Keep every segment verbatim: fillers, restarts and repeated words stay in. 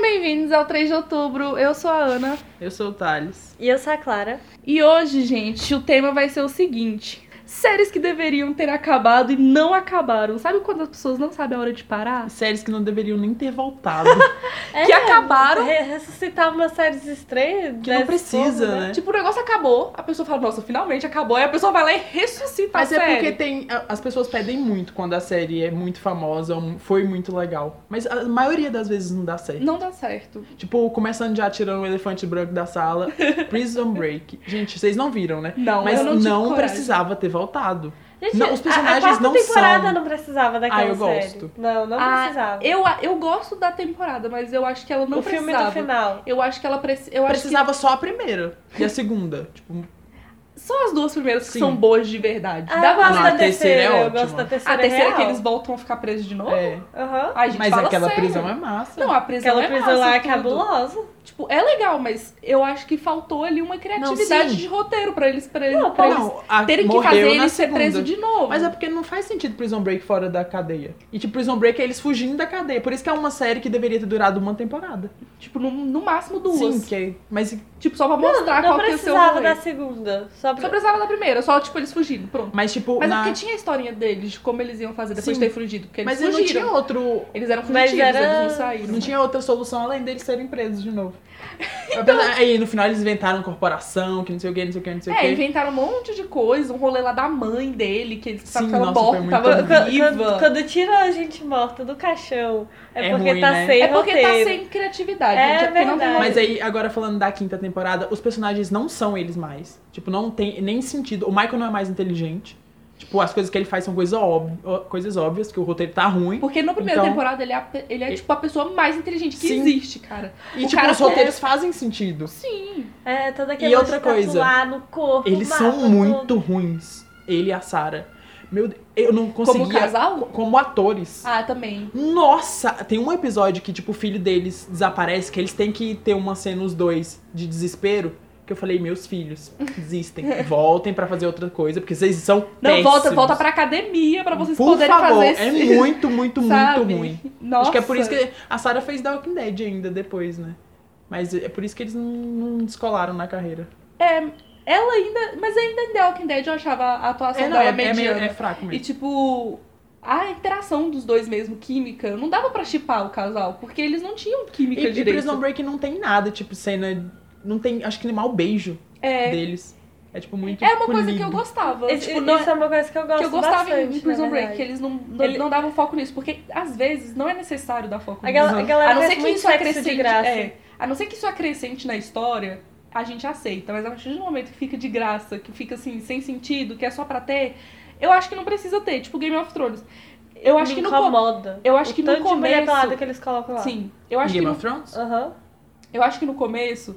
bem-vindos ao três de outubro. Eu sou a Ana. Eu sou o Thales. E eu sou a Clara. E hoje, gente, o tema vai ser o seguinte: séries que deveriam ter acabado e não acabaram. Sabe quando as pessoas não sabem a hora de parar? Séries que não deveriam nem ter voltado. É, que acabaram. Re ressuscitar umas séries estranhas. Que não precisa, povo, né? Tipo, o negócio acabou, a pessoa fala, nossa, finalmente acabou. E a pessoa vai lá e ressuscita Mas a é série. porque tem. As pessoas pedem muito quando a série é muito famosa, ou foi muito legal. Mas a maioria das vezes não dá certo. Não dá certo. Tipo, começando já tirando o elefante branco da sala. Prison Break. Gente, vocês não viram, né? Não, Mas eu não tive não coragem. precisava ter voltado. Gente, Não, os personagens a, a quarta não temporada são- não precisava daquela Ah, eu série. gosto. Não, não Ah, precisava. Eu, eu gosto da temporada, mas eu acho que ela não o precisava. filme do final. Eu acho que ela preci... eu acho Precisava só a primeira e a segunda. Tipo, que só as duas primeiras que Sim. são boas de verdade. Ah, Dá eu pra gosto Não, da a terceira terceira. é eu ótima. gosto da terceira. A terceira real. que eles voltam a ficar presos de novo? é. Aham. Ai, gente, Mas fala aquela sério. prisão é massa. Não, a prisão Aquela é prisão massa, lá é tudo. cabulosa. Tipo, é legal, mas eu acho que faltou ali uma criatividade sim. de roteiro pra eles, pra, Não, pra eles Não, a- terem que morreu fazer na ele ser segunda. preso de novo. Mas é porque não faz sentido Prison Break fora da cadeia. E tipo, Prison Break é eles fugindo da cadeia. Por isso que é uma série que deveria ter durado uma temporada. Tipo, no, no máximo duas. Sim, que é... Mas, Tipo, só pra Não, mostrar não qual que é o seu precisava rolê. da segunda. Só, pra... Só precisava da primeira, só, tipo, eles fugindo, pronto. mas tipo, Mas na... é porque tinha a historinha deles, de como eles iam fazer depois Sim. de ter fugido. Porque eles Mas não fugiram. tinha outro... Eles eram Mas fugitivos, era- eles não saíram. Não tinha outra solução além deles serem presos de novo. Apesar- Aí no final eles inventaram corporação, que não sei o que, não sei o que, não sei o É, que. inventaram um monte de coisa, um rolê lá da mãe dele, que ele sabe Sim, que ela nossa, foi morta, muito tava horrível. Quando, viva. quando, quando tira a gente morta do caixão, é, É porque ruim, tá né? sem É porque roteiro. tá sem criatividade, É gente. É porque não tem verdade. Mas aí, agora falando da quinta temporada, os personagens não são eles mais. Tipo, não tem nem sentido. O Michael não é mais inteligente. Tipo, as coisas que ele faz são coisa óbvi- ó- coisas óbvias, que o roteiro tá ruim. Porque na primeira Então- temporada ele é, a pe- ele é, tipo, a pessoa mais inteligente que Sim. existe, cara. E O tipo, cara os roteiros fazem sentido. Sim. É, toda E aquela outra coisa, no corpo. Eles mapa, são tudo. muito ruins. Ele e a Sarah. Meu Deus, eu não conseguia... Como casal? co- Como atores. Ah, também. Nossa, tem um episódio que, tipo, o filho deles desaparece, que eles têm que ter uma cena, os dois, de desespero. Que eu falei, meus filhos, desistem. Voltem pra fazer outra coisa, porque vocês são Não, péssimos. volta, volta pra academia pra vocês Por poderem favor, fazer é esse- muito, muito, muito sabe? ruim. Nossa. Acho que é por isso que a Sarah fez The Walking Dead ainda depois, né? Mas é por isso que eles não, não descolaram na carreira. É, ela ainda... Mas ainda em The Walking Dead eu achava a atuação É, não, dela é, é, meio- mediana. é fraco E mesmo. tipo... A interação dos dois mesmo, química, não dava pra shippar o casal, porque eles não tinham química E, e direito. Prison Break não tem nada, tipo, cena... Não tem, acho que nem mal beijo É, deles. É, tipo, muito é uma coisa polido. que eu gostava. Esse- tipo, não isso é uma coisa que eu gosto que eu gostava bastante, em Prison na Break, verdade. que eles não, não, Ele- não davam foco nisso, porque às vezes não é necessário dar foco A nisso. galera, a galera A não faz ser que muito isso sexo acrescente, de graça. é, a não ser que isso acrescente na história, a gente aceita. Mas a partir do momento que fica de graça, que fica assim, sem sentido, que é só pra ter, eu acho que não precisa ter, tipo Game of Thrones. Eu acho Me que no co- incomoda. eu acho o que no tanto de mulher começo- pelada que eles colocam lá. Sim, eu acho Game que of Thrones? Aham. Eu acho que no começo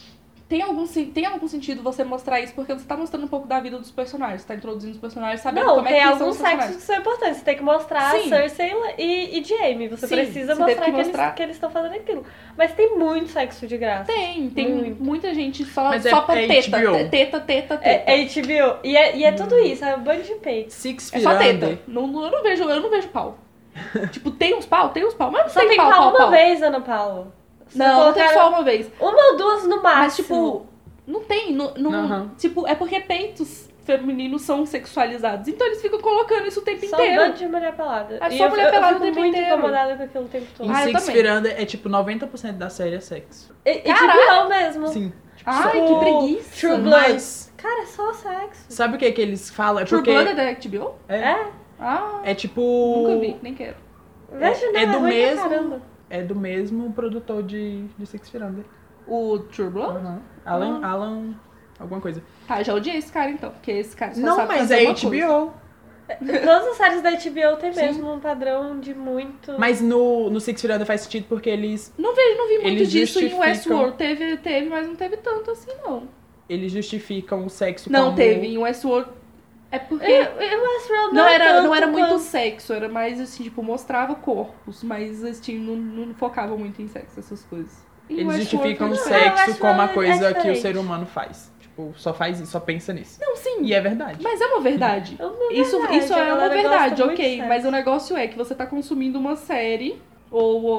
tem algum, sen- tem algum sentido você mostrar isso, porque você tá mostrando um pouco da vida dos personagens, você tá introduzindo os personagens, sabendo Não, como é tem que são alguns os sexos personagens. que são importantes. Você tem que mostrar Sim. Cersei e, e Jaime. Você Sim, precisa você teve mostrar que que, mostrar. eles que eles estão fazendo aquilo. Mas tem muito sexo de graça. Tem, tem Muito. muita gente só, Mas é- só pra é teta, H B O. teta, teta, teta. É, é H B O. E é, e é tudo isso, é um bando de peito. Six É só Feet teta. Under. Não, não- eu não vejo, eu não vejo pau. Tipo, tem uns pau, tem uns pau, mas não Só tem, tem pau, pau pau, uma pau. vez, Ana Paula. Se Não, não tem colocar só uma vez. uma ou duas no máximo. Mas, tipo, não tem. Não, não- Aham. Tipo, é porque peitos femininos são sexualizados. Então eles ficam colocando isso o tempo só um inteiro. bando de mulher pelada. É E só eu, mulher eu, pelada eu o fico tempo muito inteiro. incomodada com aquilo o tempo todo. Em Ah, eu Six também. Feet Under é tipo noventa por cento da série é sexo. E, e Caraca! H B O mesmo. Sim. Ai, Tipo, que preguiça. True Blood. Mas Cara, é só sexo. sabe o que que eles falam? É True porque Blood é da H B O? é, É? Ah, é tipo nunca vi, nem quero. Veja, é não, é do ruim pra mesmo- caramba. é do mesmo produtor de, de Six Feet Under. O True Blood? Uhum. Alan, Alan, alguma coisa. Tá, já odiei esse cara então, porque esse cara só Não, sabe mas fazer é uma H B coisa. O. Todas as séries da H B O tem Sim. mesmo um padrão de muito... Mas no, no Six Feet Under faz sentido porque eles, Não vejo, não vi muito Eles disso em justificam- Westworld. Teve, teve, mas não teve tanto assim, não. eles justificam o sexo Não como... teve, em Westworld. É porque. Eu, eu Westworld Não é era, tanto não era muito quanto- sexo, era mais assim, tipo, mostrava corpos, mas assim, não, não focava muito em sexo, essas coisas. Em Eles Westworld, justificam o não. Não, sexo Westworld como a é coisa que o diferente. ser humano faz. Tipo, só faz isso, só pensa nisso. Não, sim. E é verdade. Mas é uma verdade. É uma Isso, verdade, isso a é uma galera verdade, gosta muito ok. de sexo. Mas o negócio é que você tá consumindo uma série, ou a-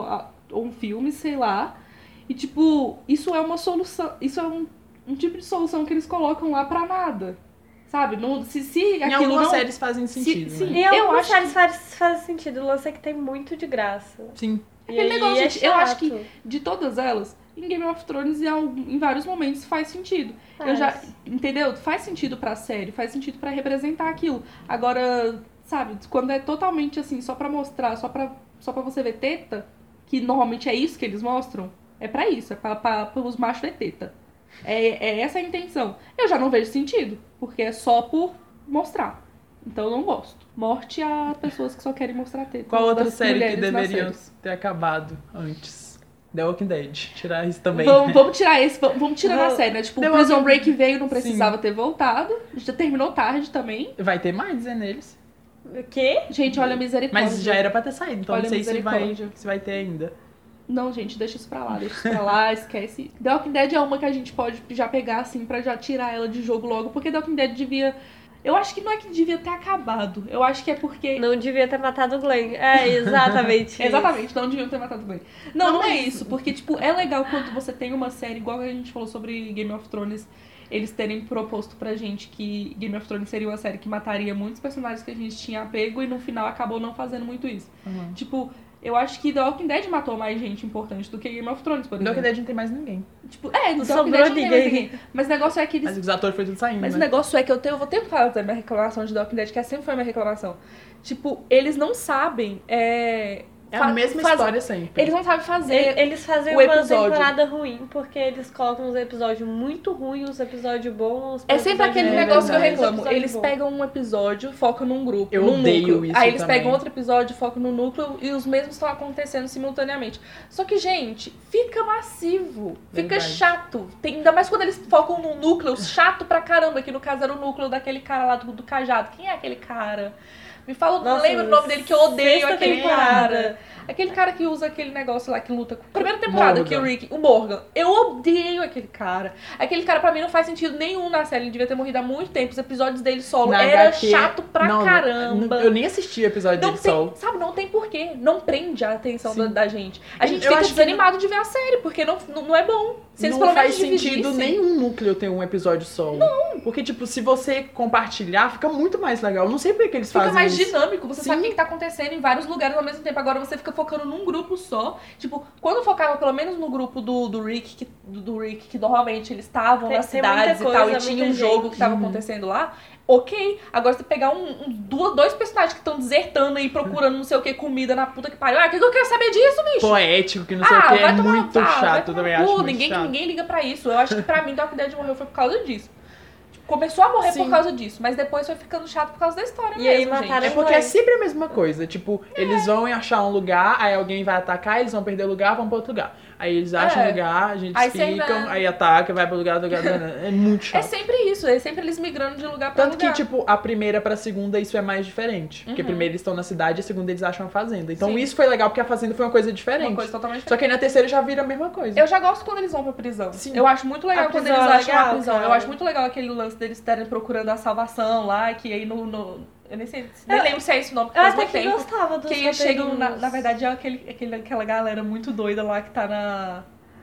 ou um filme, sei lá. E, tipo, isso é uma solução, isso é um, um tipo de solução que eles colocam lá pra nada. Sabe? Não, se, se Em aquilo algumas não... séries fazem sentido, sim, né? E Eu algumas acho séries que- faz, faz sentido. O lance é que tem muito de graça. Sim. E Aquele aí negócio, é gente, eu acho chato. que de todas elas, em Game of Thrones, em, algum- em vários momentos faz sentido. Eu Faz. já, entendeu? Faz sentido pra série, faz sentido pra representar aquilo. Agora, sabe, quando é totalmente assim, só pra mostrar, só pra, só pra você ver teta, que normalmente é isso que eles mostram, é pra isso, é pra, pra, pra os machos ver teta. É, é essa a intenção. Eu já não vejo sentido, porque é só por mostrar. Então eu não gosto. Morte a pessoas que só querem mostrar teta. Qual outra das série que mulheres nas deveriam séries. ter acabado antes? The Walking Dead. Tirar isso também. Vamos, né? vamos tirar esse, vamos, vamos tirar na Vamos. série, né? Tipo, The o Prison Walking- Break veio, não precisava ter voltado. Já terminou tarde também. Vai ter mais, dizendo eles. O quê? Gente, olha a misericórdia. Mas já era pra ter saído, então Olha não sei a se vai, misericórdia. se vai ter ainda. Não, gente, deixa isso pra lá, deixa isso pra lá, esquece. The Walking Dead é uma que a gente pode já pegar, assim, pra já tirar ela de jogo logo, porque The Walking Dead devia... Eu acho que não é que devia ter acabado, eu acho que é porque... Não devia ter matado o Glenn. É, exatamente isso. Exatamente, não deviam ter matado o Glenn. Não, não, Não, é mas- isso, porque, tipo, é legal quando você tem uma série, igual a gente falou sobre Game of Thrones, eles terem proposto pra gente que Game of Thrones seria uma série que mataria muitos personagens que a gente tinha apego e no final acabou não fazendo muito isso. Uhum. Tipo, eu acho que The Walking Dead matou mais gente importante do que Game of Thrones, por The exemplo. Walking Dead não tem mais ninguém. Tipo, é, Não The Walking sobrou Dead não tem mais ninguém. ninguém. Mas o negócio é que eles Mas os atores foi tudo saindo, mas o né? negócio é que eu, tenho, eu vou ter que falar da minha reclamação de The Walking Dead, que sempre foi a minha reclamação. Tipo, eles não sabem. É, É fa- a mesma faz- história sempre. Eles não sabem fazer. E- Eles fazem o uma episódio. temporada ruim, porque eles colocam uns episódios muito ruins, uns episódios bons. É sempre episódios aquele É ruins, negócio que eu verdade. reclamo. episódio Eles bom. pegam um episódio, focam num grupo. Eu num odeio núcleo. isso Aí eles também. pegam outro episódio, focam no núcleo e os mesmos estão acontecendo simultaneamente. Só que, gente, fica massivo. Fica Verdade. chato. Tem, ainda mais quando eles focam num núcleo chato pra caramba, que no caso era o núcleo daquele cara lá do, do cajado. Quem é aquele cara? Me fala, Nossa, lembra o nome dele que eu odeio sexta aquele temporada. cara. Aquele cara que usa aquele negócio lá que luta com. Primeira temporada, Morgan. que o Rick. O Morgan. Eu odeio aquele cara. Aquele cara, pra mim, não faz sentido nenhum na série. Ele devia ter morrido há muito tempo. Os episódios dele solo Na era H Q, chato pra não, caramba. Eu nem assisti o episódio Não dele tem, sol. sabe, não tem porquê. Não prende a atenção Sim. da, da gente. A gente Eu fica acho que desanimado de ver a série, porque não, não, não é bom. Se eles não pelo faz menos sentido dividissem- nenhum núcleo ter um episódio solo. Não. Porque, tipo, se você compartilhar, fica muito mais legal. Eu não sei por que eles Fica fazem mais isso. dinâmico, você Sim. sabe o que que tá acontecendo em vários lugares ao mesmo tempo. Agora você fica focando num grupo só. Tipo, quando focava pelo menos no grupo do, do Rick, que, do, do Rick, que normalmente eles estavam Tem- nas tem muita cidades e coisa, tal, e tinha um muita jogo gente. que tava Uhum. acontecendo lá, ok. Agora você pegar um, um- duas, dois personagens que estão desertando aí, procurando não sei o que, comida na puta que pariu. Ah, o que que eu quero saber disso, bicho? Poético, que não sei ah, o que, é vai tomar muito ah, vai chato tomar também, no acho cu. muito ninguém, chato. ninguém liga pra isso. Eu acho que pra mim The Walking Dead morreu foi por causa disso. Tipo, começou a morrer Sim. por causa disso, mas depois foi ficando chato por causa da história E aí mesmo, mataram gente. É porque Ué. é sempre a mesma coisa. Tipo, eles vão achar um lugar, aí alguém vai atacar, eles vão perder o lugar, vão pra outro lugar. Aí eles acham É. um lugar, a gente Aí ficam, sempre- aí ataca, vai pro lugar, outro lugar, outro lugar. É muito É chato. sempre isso, é sempre eles migrando de lugar pra Tanto que, lugar. tipo, a primeira pra segunda, isso é mais diferente. Porque Uhum. primeiro eles estão na cidade e a segunda eles acham a fazenda. Então Sim. isso foi legal, porque a fazenda foi uma coisa diferente. Uma coisa totalmente Só que aí na terceira já vira a mesma coisa. Eu já gosto quando eles vão pra prisão. Sim. Eu acho muito legal A quando prisão eles é acham a legal, prisão. cara. Eu acho muito legal aquele lance deles estarem procurando a salvação lá, que aí no... no- eu nem sei, nem Eu- lembro se é esse o nome, porque Eu faz até muito que tempo. gostava dos Que aí chegam, na, roteirinhos. na verdade, é aquele, aquele, aquela galera muito doida lá que tá na...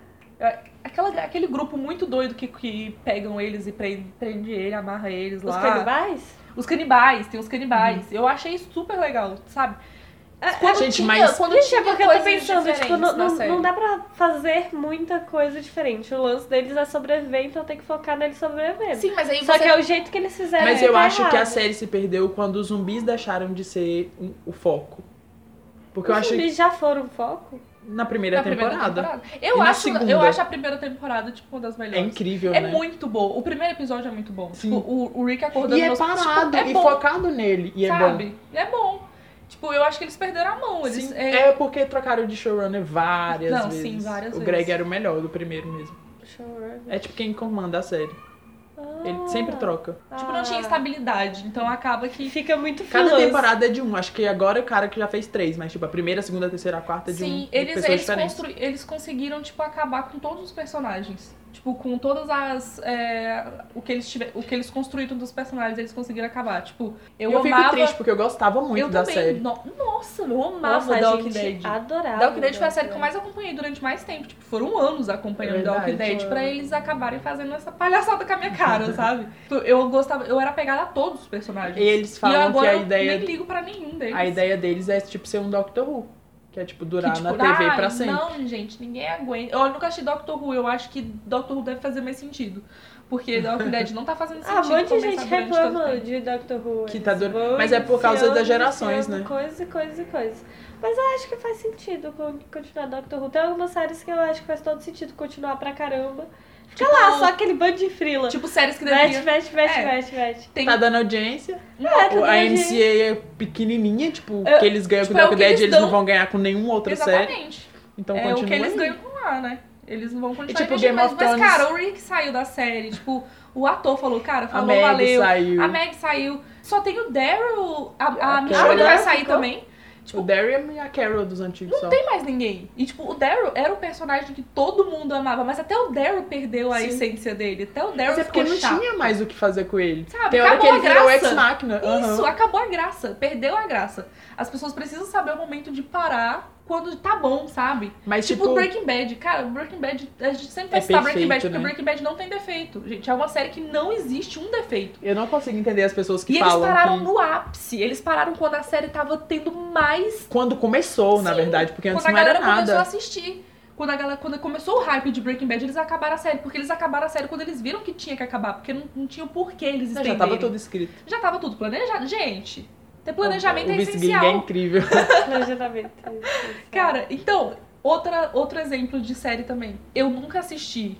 é, Aquela, aquele grupo muito doido que, que pegam eles e prende, prende ele, amarra eles Os lá. canibais? Os canibais, tem os canibais. Eu achei isso super legal, sabe? Quando Gente, tinha, mas- quando Gente, tinha é porque eu tô coisas pensando, tipo, diferentes não, na não, série. não dá pra fazer muita coisa diferente. O lance deles é sobreviver, então tem que focar neles sobrevivendo. Sim, mas aí Só você... que é o jeito que eles fizeram. Mas que eu tá acho que a errado. série se perdeu quando os zumbis deixaram de ser um- o foco. Porque eu Os acho que zumbis já foram foco? na primeira na temporada. primeira temporada. Eu E na acho, segunda? eu acho a primeira temporada, tipo, uma das É melhores. incrível, É né? muito boa. O primeiro episódio é muito bom. Sim. Tipo, o, o Rick acordando E é nos- parado, tipo, é e bom, focado nele. E é bom. sabe? É bom. Tipo, eu acho que eles perderam a mão. Eles, Sim, é- é porque trocaram de showrunner várias Não, vezes. sim, várias o vezes. Greg era o melhor do primeiro mesmo. Showrunner. É tipo quem comanda a série. Ele Ah. sempre troca. tipo, não tinha Ah. estabilidade. Então acaba que... Fica muito Cada filoso. temporada é de um. Acho que agora o cara que já fez três, mas tipo, a primeira, a segunda, a terceira, a quarta é de um. Sim, de eles, pessoas eles, diferentes. constru... eles conseguiram, tipo, acabar com todos os personagens. Tipo, com todas as... É, o, que eles tiver, o que eles construíram dos personagens, eles conseguiram acabar. Tipo, eu, eu amava... fico triste, porque eu gostava muito eu da também. série. No, nossa, eu amava Nossa, The a Walking gente Dead. adorava. The Walking Dead foi a The série que eu Walking mais acompanhei durante mais tempo. Tipo, foram anos acompanhando The Walking Verdade. Dead pra eles acabarem fazendo essa palhaçada com a minha cara, sabe? Eu gostava, eu era apegada a todos os personagens. E eles E falam agora que a ideia, eu nem ligo pra nenhum deles. a ideia deles é tipo ser um Doctor Who. Que é tipo durar Que, tipo, na T V ah, pra sempre. Não, gente, ninguém aguenta. Eu nunca achei Doctor Who, eu acho que Doctor Who deve fazer mais sentido. Porque The Walking Dead não tá fazendo Ah, um sentido. monte de começar gente durante tanto reclama tempo. de Doctor Who. Que eles tá dur- vão Mas é por causa enfiando, das gerações, enfiando né? Coisa e coisa e coisa. Mas eu acho que faz sentido con- continuar Doctor Who. Tem algumas séries que eu acho que faz todo sentido continuar pra caramba. Fica Tipo- lá, só aquele bando de frila. Tipo, séries que Vete, deveriam... vete, vete, É. vete, vete. Tem... Tá dando audiência. É, tá dando A audiência. M C A é pequenininha, tipo, Eu- que eles ganham tipo, com o é o Walking que Dead, eles eles dão. não vão ganhar com nenhuma outra série. Exatamente. Então É continua o que eles aí. ganham com lá, né? Eles não vão continuar. E, tipo, Imagina, Game mas, of mas, Thrones- cara, o Rick saiu da série. Tipo, o ator falou, cara, A falou, Meg valeu. saiu. A Meg saiu. Só tem o Daryl. A, a A Michonne Carol vai ficou? sair também. O Daryl e a Carol dos antigos só. Não tem mais ninguém. E, tipo, o Daryl era o personagem que todo mundo amava. Mas até o Daryl perdeu a Sim. essência dele. Até o Daryl Mas é porque ficou não chato. tinha mais o que fazer com ele. Sabe, Tem hora que acabou ele a virou graça. ex-máquina. Isso, Aham. acabou a graça. Perdeu a graça. As pessoas precisam saber o momento de parar quando tá bom, sabe? Mas, Tipo, tipo, Breaking Bad. Cara, Breaking Bad, a gente sempre vai É citar Breaking Bad, perfeito, porque né? Breaking Bad não tem defeito. Gente, é uma série que não existe um defeito. eu não consigo entender as pessoas que E eles falam pararam que... no ápice. Eles pararam quando a série tava tendo mais... Quando começou, na Sim, verdade, porque antes quando a não era galera começou a nada. assistir. Quando, a galera, quando começou o hype de Breaking Bad, eles acabaram a série. Porque eles acabaram a série quando eles viram que tinha que acabar. Porque não, não tinha o porquê eles Já estenderem. tava tudo escrito. Já tava tudo planejado. Gente, ter planejamento o é Vince essencial. Gilligan é incrível. Planejamento. Cara, então, outra, outro exemplo de série também. Eu nunca assisti,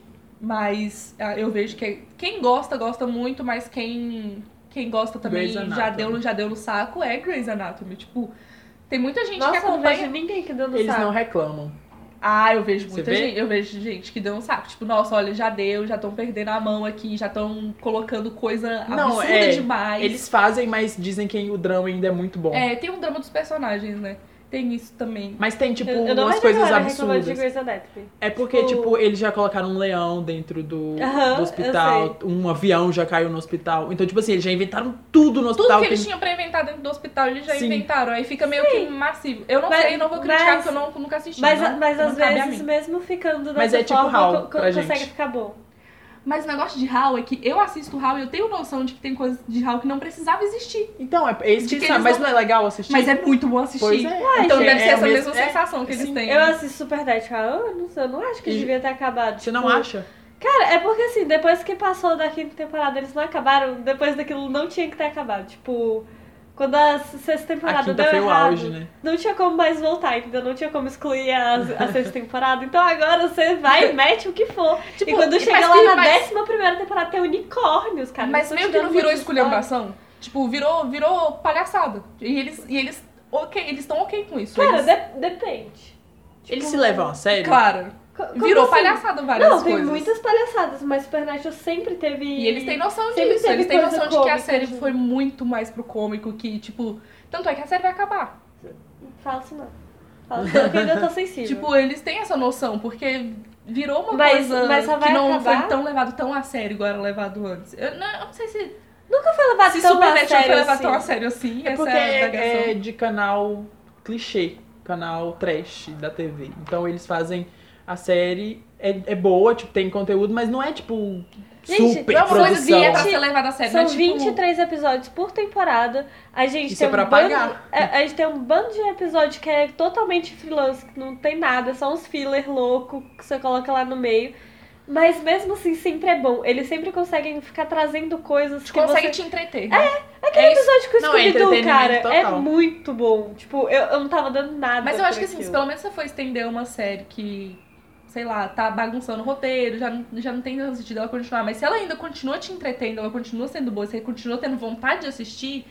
mas ah, eu vejo que quem gosta, gosta muito, mas quem, quem gosta também Grey's já Anatomy. deu, já deu no saco é Grey's Anatomy. Tipo, tem muita gente Nossa, que eu não vejo acompanha... ninguém que dando Eles saco. não reclamam. Ah, eu vejo Você muita vê? gente, eu vejo gente que deu um saco. Tipo, nossa, olha, já deu, já estão perdendo a mão aqui, já estão colocando coisa Não, absurda é, demais. Eles fazem, mas dizem que o drama ainda é muito bom. É, tem um drama dos personagens, né? Tem isso também. Mas tem, tipo, Eu, eu não umas vejo coisas a galera reclamando de absurdas. Grey's Anatomy. É porque, Tipo- tipo, eles já colocaram um leão dentro do, Aham, do eu hospital. Um avião já caiu no hospital. Então, tipo assim, eles já inventaram tudo no Tudo hospital. que eles tem- tinham pra inventar dentro do hospital, eles já Sim. inventaram. Aí fica meio que massivo. Eu não Mas- sei, não vou criticar, mas- porque eu não, nunca assisti. Mas, não, mas não às cabe a vezes, mim. mesmo ficando dessa Mas é tipo forma, How co- pra consegue gente. ficar bom. Mas o negócio de How é que eu assisto How e eu tenho noção de que tem coisas de How que não precisava existir. Então, é, é isso De que que sabe, eles mas não- não é legal assistir? Mas é muito bom assistir. Pois é. Então É, deve ser é essa o mesma mesmo- é, sensação que eles sim. têm. Eu assisto Supernatural há anos, eu não acho que E- devia ter acabado. Você tipo, não acha? Cara, é porque assim, depois que passou da quinta temporada, eles não acabaram, depois daquilo não tinha que ter acabado. Tipo, quando a sexta A temporada quinta deu foi o errado, auge, né? não tinha como mais voltar, entendeu? Não tinha como excluir a, a sexta temporada. Então agora você vai e mete o que for. Tipo, e quando mas chega que- lá na mas- décima primeira temporada tem unicórnios, cara. Mas Eles tão meio que tirando não virou muitas esculhambação. Tipo, virou, virou palhaçada. E eles, e eles, ok, eles estão ok com isso. Cara, eles, de- depende. Eles Tipo, se levam a sério? claro. co- como Virou assim? palhaçada várias Não, coisas. tem muitas palhaçadas, mas Supernatural sempre teve... E eles têm noção Sempre disso, teve eles têm coisa noção de que a cômica, série gente. foi muito mais pro cômico que, tipo... Tanto é que a série vai acabar. Fala isso não. Fala isso não, que ainda tô sensível. Tipo, eles têm essa noção, porque virou uma Mas- coisa mas só vai que não acabar? foi tão levado tão a sério igual era levado antes. Eu não, eu não sei se, Nunca foi levado se tão a Supernatural foi sério levado assim. tão a sério assim. É essa porque é a é, indagação. é de canal clichê, canal trash da T V. Então eles fazem a série, é, é boa, tipo, tem conteúdo, mas não é tipo Gente, super Não é uma coisa produção. que é pra ser levada a sério, São não é tipo... vinte e três episódios por temporada. A gente Isso tem é pra um bando, pagar. a, a gente tem um bando de episódio que é totalmente freelance, que não tem nada, é só uns filler louco que você coloca lá no meio. Mas mesmo assim, sempre é bom. Eles sempre conseguem ficar trazendo coisas que consegue você... te entreter. É, Aquele é isso. episódio com o Não, é Scooby-Doo, entretenimento cara, é total. muito bom. Tipo, eu, eu não tava dando nada Mas eu por acho que assim, se aquilo. pelo menos você for estender uma série que, sei lá, tá bagunçando o roteiro, já não, já não tem sentido ela continuar. Mas se ela ainda continua te entretendo, ela continua sendo boa, você continua tendo vontade de assistir,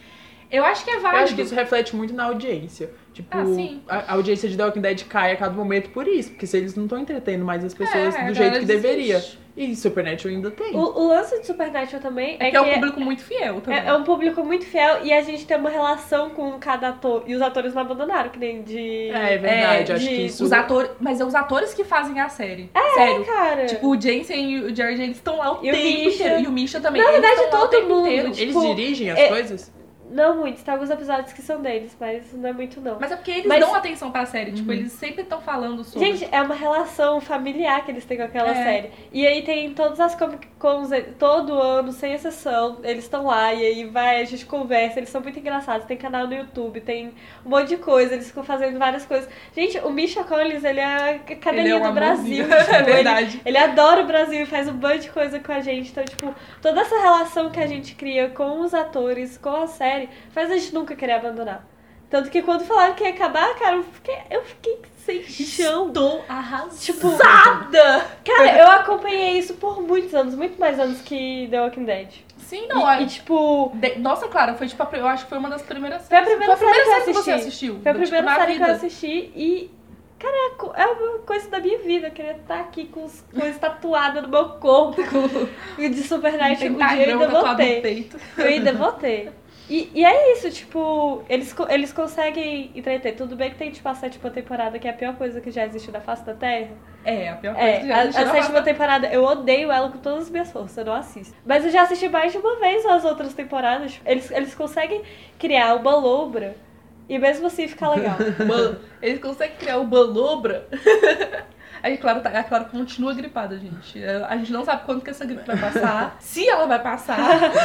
Eu acho que é válido. Eu acho que isso reflete muito na audiência. Tipo, Ah, sim. a, a audiência de The Walking Dead cai a cada momento por isso. Porque se eles não estão entretendo mais as pessoas É, do jeito que desiste. deveria. E Supernatural ainda tem. O, o lance de Supernatural também é, É que é um que público muito fiel também. é, é um público muito fiel e a gente tem uma relação com cada ator. E os atores não abandonaram, que nem de... É, é verdade, É, acho de- que isso... Os atores, mas é os atores que fazem a série. Sério. Cara, Tipo, o Jensen e o George, eles estão lá o E o tempo Misha. inteiro. E o Misha também. Na eles verdade, estão lá o todo tempo mundo. inteiro. Eles tipo, dirigem as é- coisas? não muitos, tem alguns episódios que são deles, mas não é muito não. Mas é porque eles Mas- dão atenção pra série. Tipo, Uhum. eles sempre estão falando sobre. Gente, é uma relação familiar que eles têm com aquela É. série. E aí tem todas as Comic Cons, todo ano, sem exceção, eles estão lá e aí vai, a gente conversa, eles são muito engraçados, tem canal no YouTube, tem um monte de coisa, eles ficam fazendo várias coisas. Gente, o Misha Collins, ele é a cadelinha Ele é um do Brasil. amorzinho. tipo, É ele- verdade. Ele adora o Brasil e faz um monte de coisa com a gente. Então, tipo, toda essa relação que a gente cria com os atores, com a série, faz a gente nunca querer abandonar. Tanto que quando falaram que ia acabar, cara, eu fiquei, eu fiquei sem chão. Estou arrasada. Tipo, cara, eu acompanhei isso por muitos anos, muito mais anos que The Walking Dead. Sim, não. E, é- e, tipo, de- Nossa, Clara, foi tipo, a pri- eu acho que foi uma das primeiras foi a séries. primeira, foi a primeira série série que eu que você assisti. assistiu. Foi a tipo, primeira na série vida. que eu assisti e, cara, é co- é uma coisa da minha vida. Eu queria estar aqui com as coisas tatuadas no meu corpo. E de Supernatural, Tem um dia eu tagrão ainda vou tatuado no ter. peito. Eu ainda vou ter. E, e é isso, tipo, eles, co- eles conseguem entreter. Tudo bem que tem, tipo, a sétima temporada, que é a pior coisa que já existiu na face da Terra. É, a pior coisa É, que já a, a existiu na sétima face. temporada, eu odeio ela com todas as minhas forças, eu não assisto. Mas eu já assisti mais de uma vez as outras temporadas. Eles, eles conseguem criar uma lombra e mesmo assim ficar legal. Mano, eles conseguem criar o Balobra. Aí, claro, tá, a Clara continua gripada, gente. A gente não sabe quando que essa gripe vai passar, se ela vai passar,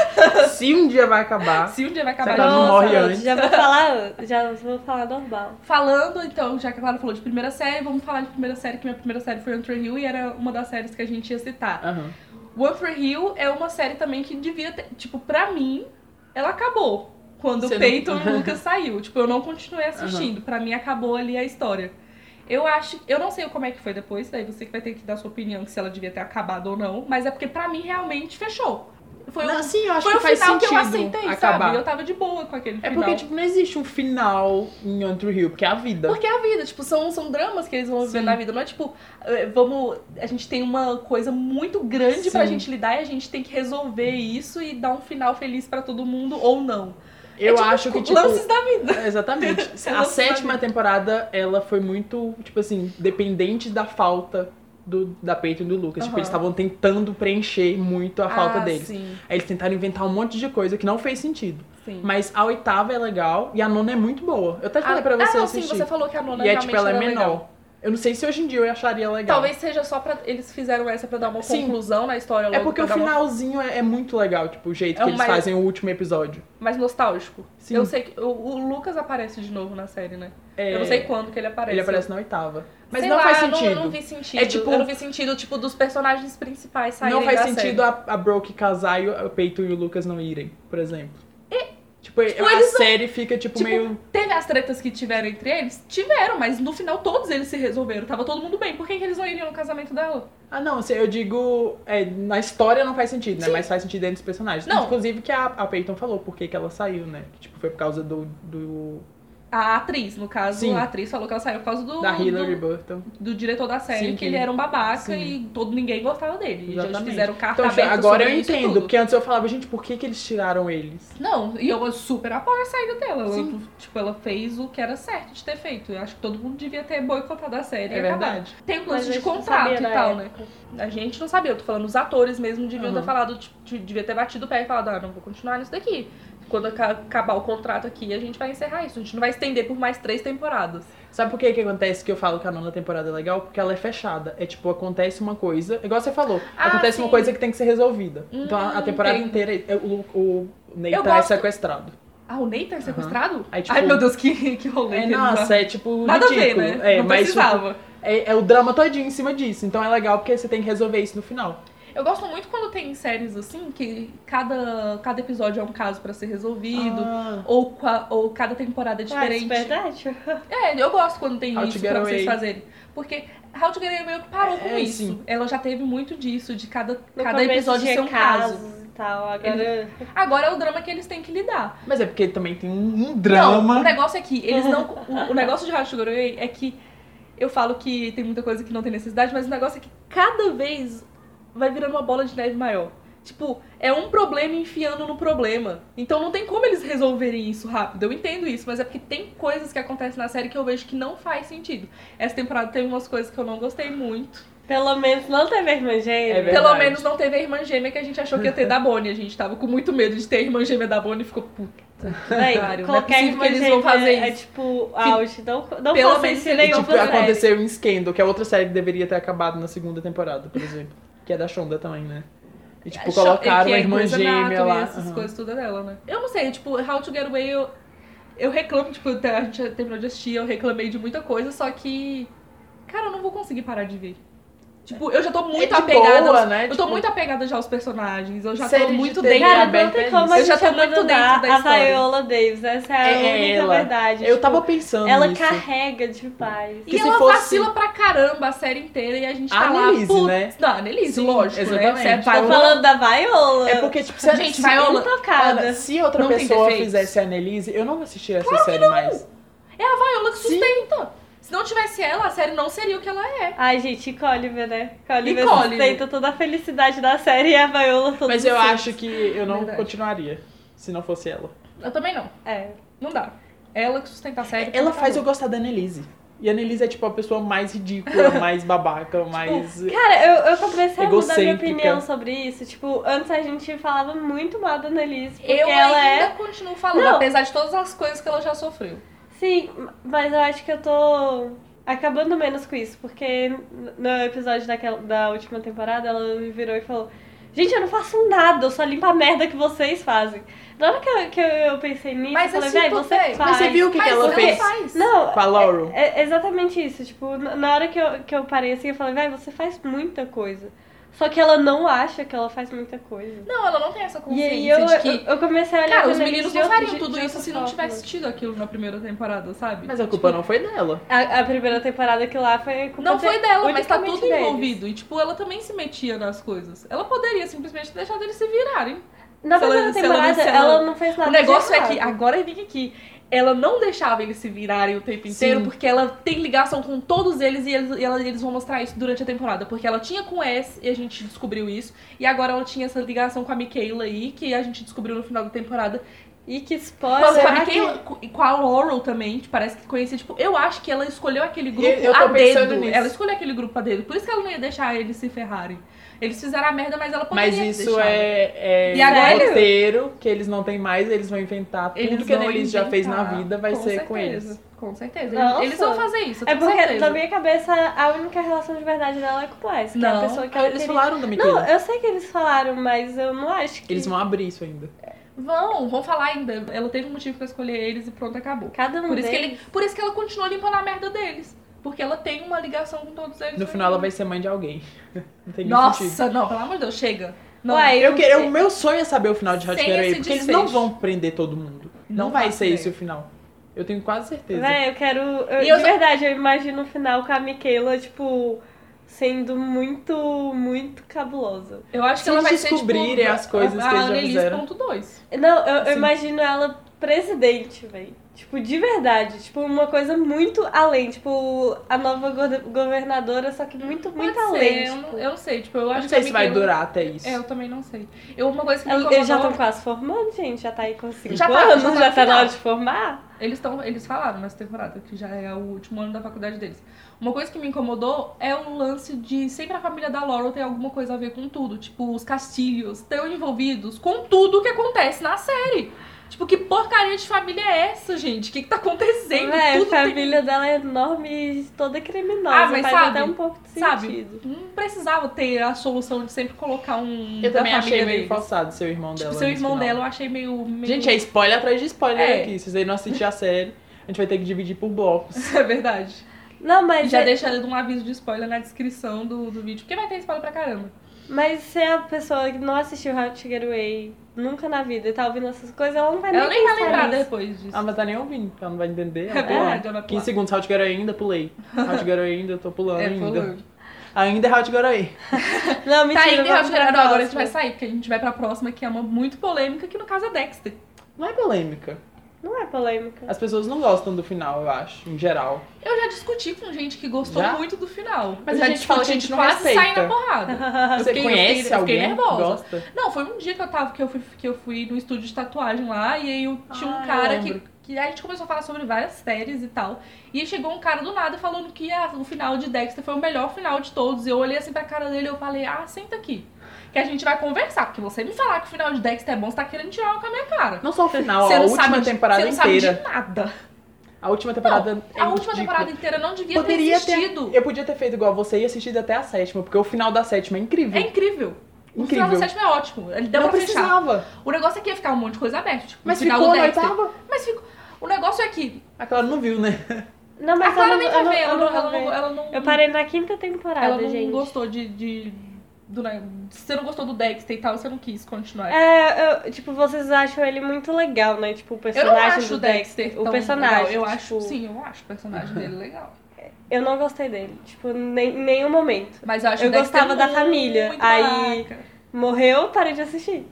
Se um dia vai acabar... se um dia vai acabar. Ela não Nossa, morre eu antes. Já vou falar, já vou falar normal. Falando, então, já que a Clara falou de primeira série, vamos falar de primeira série, que minha primeira série foi One Tree Hill e era uma das séries que a gente ia citar. Aham. One Tree Hill é uma série também que devia ter, tipo, pra mim, ela acabou. Quando Você o não- Peyton e o Lucas saiu. Tipo, eu não continuei assistindo. Pra mim, acabou ali a história. Eu acho... Eu não sei como é que foi depois, daí você que vai ter que dar sua opinião, se ela devia ter acabado ou não. Mas é porque pra mim, realmente, fechou. Foi Não, um, sim, eu acho foi que um faz final que eu sentido aceitei, acabar. sabe? Eu tava de boa com aquele É final. porque, tipo, não existe um final em One Tree Hill, porque é a vida. Porque é a vida, tipo, são, são dramas que eles vão viver Sim. na vida. Não é tipo, eh, vamos. A gente tem uma coisa muito grande pra Sim. gente lidar e a gente tem que resolver isso e dar um final feliz pra todo mundo ou não. Eu É tipo acho que, tipo... lances da vida. É, exatamente. Lances A da sétima vida. temporada, ela foi muito, tipo assim, dependente da falta do, da Peyton e do Lucas. Tipo, Aham. eles estavam tentando preencher muito a falta Ah, deles. Sim, Aí eles tentaram inventar um monte de coisa que não fez sentido. sim. Mas a oitava é legal e a nona é muito boa. Eu até falei ah, pra você ah, não, assistir. sim, você falou que a nona E é realmente tipo, ela é era menor. legal. Eu não sei se hoje em dia eu acharia legal. Talvez seja só pra. Eles fizeram essa pra dar uma Sim. conclusão na história logo. É porque pra o dar uma- finalzinho é, é muito legal, tipo, o jeito É que um eles mais- fazem o último episódio. mais nostálgico. Sim. Eu sei que. O, o Lucas aparece de novo na série, né? É, Eu não sei quando que ele aparece. Ele aparece na oitava. Mas Sei não lá, faz eu não- sentido. Eu não vi sentido. É tipo- Eu não vi sentido, tipo, dos personagens principais saírem Não faz da sentido série. a, a Brooke casar e o Peyton e o Lucas não irem, por exemplo. Tipo, Tipo, a eles não- série fica, tipo, Tipo, meio... Teve as tretas que tiveram entre eles? Tiveram, mas no final todos eles se resolveram. Tava todo mundo bem. Por que, que eles não iriam no casamento dela? Ah, não, assim, eu digo... É, na história não faz sentido, né? Sim. Mas faz sentido dentro dos personagens. Não. Inclusive que a, a Peyton falou por que que ela saiu, né? Que, tipo, foi por causa do... do A atriz, no caso, Sim. a atriz falou que ela saiu por causa do, da Hilary do, Burton. do diretor da série, Sim, que que- ele era um babaca Sim. e todo ninguém gostava dele. E já Exatamente. fizeram carta Então, aberta agora eu sobre isso e entendo. tudo. Porque antes eu falava, gente, por que que eles tiraram eles? Não, e eu super apoio a saída dela. Ela, Sim. tipo, ela fez o que era certo de ter feito. Eu acho que todo mundo devia ter boicotado a série. É e acabar. verdade. Tem um Mas lance a de gente não contrato sabia e na tal, né? época. A gente não sabia, eu tô falando, os atores mesmo deviam Uhum. ter falado, tipo, devia ter batido o pé e falado, ah, não vou continuar nisso daqui. Quando aca- acabar o contrato aqui, a gente vai encerrar isso. A gente não vai estender por mais três temporadas. Sabe por que que acontece que eu falo que a nona temporada é legal? Porque ela é fechada. É tipo, acontece uma coisa... Igual você falou. Ah, acontece sim. uma coisa que tem que ser resolvida. Hum, então a, a temporada entendo. inteira, é- o, o Nathan Eu é gosto- sequestrado. Ah, o Nathan é sequestrado? Aí, tipo- Ai, meu Deus, que, que rolê. É, que eles nossa, dão. é tipo Nada ridículo. a ver, né? É, não mas tipo, precisava. é, é o drama todinho em cima disso. Então é legal porque você tem que resolver isso no final. Eu gosto muito quando tem séries assim, que cada, cada episódio é um caso pra ser resolvido. Ah, Ou, qua- ou cada temporada é diferente. Ah, verdade? É, eu gosto quando tem How to isso Get pra Away. vocês fazerem. Porque How to Get Away meio que parou com É, isso. sim. Ela já teve muito disso, de cada, No cada começo episódio tinha ser um caso. casos tal. Agora. Agora é o drama que eles têm que lidar. Mas é porque também tem um, um Não, o drama. negócio é que eles não. O, o negócio de How to Get Away é que eu falo que tem muita coisa que não tem necessidade, mas o negócio é que cada vez vai virando uma bola de neve maior. Tipo, é um problema enfiando no problema. Então não tem como eles resolverem isso rápido. Eu entendo isso, mas é porque tem coisas que acontecem na série que eu vejo que não faz sentido. Essa temporada teve umas coisas que eu não gostei muito. Pelo menos não teve a irmã gêmea. É verdade. Pelo menos não teve a irmã gêmea que a gente achou que ia ter da Bonnie. A gente tava com muito medo de ter a irmã gêmea da Bonnie e ficou puta. Véi, Caralho, não é qualquer possível irmã que eles vão gêmea fazer é isso. tipo auge. Não, não Pelo faça menos isso em ele- E, nenhuma tipo, série. aconteceu em Scandal, que é outra série que deveria ter acabado na segunda temporada, por exemplo. Que é da Shonda também, né? E, tipo, colocaram que uma é irmã Grey's gêmea Anatomy, lá. essas Aham. coisas tudo dela, né? Eu não sei, tipo, How to Get Away, eu, eu reclamo, tipo, até a gente terminou de assistir, eu reclamei de muita coisa, só que, cara, eu não vou conseguir parar de ver. Tipo, eu já tô muito de apegada boa, aos, né? Eu tô Tipo, muito apegada já aos personagens, eu já série tô de muito T V dentro. Cara, aberta não tem é como isso. a Eu já gente tô muito abandonar dentro da a história. Viola Davis. Essa é a É única ela. verdade. Eu tipo, tava pensando Ela nisso. carrega de paz. E que se ela fosse- vacila pra caramba a série inteira e a gente A tá lá... Annelise, putz, né? Não, a Annelise, Sim, lógico, exatamente. né? Você Tô vai falando da Viola. É porque, tipo, se, Gente, se, Viola- Intocada. Ana, se outra Não tem pessoa defeitos. fizesse a Annelise, eu não assistiria essa série mais. É a Viola que Sim. sustenta. Se não tivesse ela, a série não seria o que ela é. Ai, gente, e Colliver, né? Colliver E Colliver. sustenta toda a felicidade da série e a Viola toda. Mas eu acho que eu não Verdade. continuaria se não fosse ela. Eu também não. É. Não dá. Ela que sustenta a série. Ela ponto, faz eu acabou. gostar da Annelise. E a Annelise é, tipo, a pessoa mais ridícula, mais babaca, mais... Cara, eu, eu comecei a mudar minha Egocêntrica. opinião sobre isso. Tipo, antes a gente falava muito mal da Annelise, porque Eu ela ainda é. continuo falando, Não. apesar de todas as coisas que ela já sofreu. Sim, mas eu acho que eu tô acabando menos com isso, porque no episódio daquela, da última temporada ela me virou e falou: Gente, eu não faço nada, eu só limpo a merda que vocês fazem. Na hora que eu, que eu pensei nisso, Mas eu falei, assim, véi, tudo você bem. faz. Mas você viu o que, que Mas ela ela fez faz. Não, com a Laurel? é, é exatamente isso. Tipo, na na hora que eu, que eu parei assim, eu falei, véi, você faz muita coisa. Só que ela não acha que ela faz muita coisa. Não, ela não tem essa E consciência aí eu, de que... eu, eu comecei a olhar Cara, pra os Annelise meninos de não outra- fariam de- tudo de isso outra se não forma. tivesse tido aquilo na primeira temporada, sabe? Mas a culpa não foi dela. A, a primeira temporada que lá foi culpa Não de- foi dela, mas tá unicamente tudo deles. envolvido. E, tipo, ela também se metia nas coisas. Ela poderia simplesmente deixar eles se virarem. Na Se ela- primeira se ela- temporada, se ela, ela- não fez nada O negócio de é que, errado. agora eu vi aqui, ela não deixava eles se virarem o tempo inteiro, Sim. porque ela tem ligação com todos eles e eles, e ela- eles vão mostrar isso durante a temporada. Porque ela tinha com o S e a gente descobriu isso. E agora ela tinha essa ligação com a Michaela aí, que a gente descobriu no final da temporada. E que Com a, spoiler. com a será Michaela co- e com a Laurel também, que parece que conhecia. Tipo, eu acho que ela escolheu aquele grupo Eu- eu tô a pensando dedo. nisso. Ela escolheu aquele grupo a dedo. Por isso que ela não ia deixar eles se ferrarem. Eles fizeram a merda, mas ela poderia Mas isso deixar. é, é E agora- roteiro que eles não têm mais, eles vão inventar. Tudo Eles que a vão Annelise já fez na inventar. vida vai Com ser com certeza, eles. Com certeza. Nossa. Eles vão fazer isso, eu É tenho porque certeza. na minha cabeça a única relação de verdade dela é com o Wes, que é a Não. pessoa que ela Eles queria. falaram da Não, Michaela. eu sei que eles falaram, mas eu não acho que Eles vão abrir isso ainda. Vão, vão falar ainda. Ela teve um motivo pra escolher eles e pronto, acabou. cada um Por isso, que deles... ele, por isso que ela continua limpando a merda deles. Porque ela tem uma ligação com todos eles. No final ela vai ser mãe de alguém. Não tem nem Nossa, sentido. não, pelo amor de Deus, chega. Não, Uai, Eu quero, o meu sonho é saber o final de Hot Sem Girl esse porque eles desfecho. não vão prender todo mundo. Não, Não vai faço ser ideia. esse o final. Eu tenho quase certeza. Véi, eu quero... eu- E eu de só- verdade, eu imagino o final com a Michaela, tipo... Sendo muito, muito cabulosa. eu acho que Se ela eles vai ser, tipo, descobrirem as coisas que a eles já Annelise fizeram. ponto dois. Não, eu, eu Sim. imagino ela presidente, velho. Tipo, de verdade. Tipo, uma coisa muito além. Tipo, a nova go- governadora, só que muito, muito Pode além. ser, eu, tipo. não, eu não sei, tipo, eu Eu acho não que sei a se vai Michaela- durar até isso. É, eu também não sei. Eu, uma coisa que me Ela- incomodou... Eles já estão quase formando, gente. Já tá aí com cinco Já tá, anos, já tá já no tá na hora final. de formar. Eles, tão, eles falaram nessa temporada, que já é o último ano da faculdade deles. Uma coisa que me incomodou é o lance de sempre a família da Laurel ter alguma coisa a ver com tudo. Tipo, os Castilhos estão envolvidos com tudo que acontece na série. Tipo, que porcaria de família é essa, gente? O que que tá acontecendo? Véi, a tudo tem- família dela é enorme e toda criminosa. Ah, mas faz sabe, até um pouco de Sabe? sentido. Não precisava ter a solução de sempre colocar um Eu da também achei família meio deles. forçado seu irmão Tipo, dela. seu nesse irmão final. dela eu achei meio... meio... Gente, é spoiler atrás de spoiler É. aqui. Se vocês não assistirem a série, a gente vai ter que dividir por blocos. É verdade. Não, mas... Já é- deixa um aviso de spoiler na descrição do, do vídeo, porque vai ter spoiler pra caramba. Mas se a pessoa que não assistiu How to Get Away nunca na vida e tá ouvindo essas coisas, ela não vai Ela nem vai pensar lembrar nisso. depois disso. Ah, mas tá nem ouvindo, ela não vai entender. É Ela pula. verdade, ela vai pular. quinze segundos, Hot Girl ainda, pulei. Hot Girl ainda, tô pulando É, ainda. pulando. Ainda é Hot Goroí. Não, Tá mentira, ainda vamos Hot pra Girl. Não, agora a gente próxima. vai sair, porque a gente vai pra próxima, que é uma muito polêmica, que no caso é Dexter. Não é polêmica. Não é polêmica. As pessoas não gostam do final, eu acho, em geral. Eu já discuti com gente que gostou Já? muito do final. Mas eu a já gente fala que a discuti gente não quase respeita. sair na porrada. Eu Você fiquei- eu conhece fiquei- eu fiquei alguém nervosa. que gosta? Não, foi um dia que eu tava, que eu fui, que eu fui no estúdio de tatuagem lá, e aí eu tinha Ah, um eu cara que, lembro. que a gente começou a falar sobre várias séries e tal. E aí chegou um cara do nada falando que ah, o final de Dexter foi o melhor final de todos. E eu olhei assim pra cara dele e eu falei, ah, senta aqui. Que a gente vai conversar, porque você me falar que o final de Dexter é bom, você tá querendo tirar uma com a minha cara. Não só o final, Você a não última sabe de- temporada você não inteira. sabe de nada. A última temporada Não, é a última ridícula. temporada inteira não devia Poderia ter existido. ter. Eu podia ter feito igual você e assistido até a sétima, porque o final da sétima é incrível. É incrível. O Incrível. final da sétima é ótimo. Ele deu não pra fechar. precisava. O negócio é que ia ficar um monte de coisa aberta. Tipo, Mas o final ficou do na Dexter. oitava. Mas ficou. O negócio é que. A Clara não viu, né? Não, A mas Clara eu nem não, vai eu não, ver. Ela eu não, não ela vou não, ver. ela não. Eu parei na quinta temporada, Ela não gente. gostou de. de do, ne- se você não gostou do Dexter e tal, você não quis continuar. É, eu, tipo, vocês acham ele muito legal, né? Tipo, o eu personagem não acho do o Dexter. O tão personagem. legal. Eu tipo, acho. Sim, eu acho o personagem dele legal. Eu não gostei dele. Tipo, nem, em nenhum momento. Mas eu acho Eu o Dexter gostava da muito família. Aí- babaca. Morreu, parei de assistir.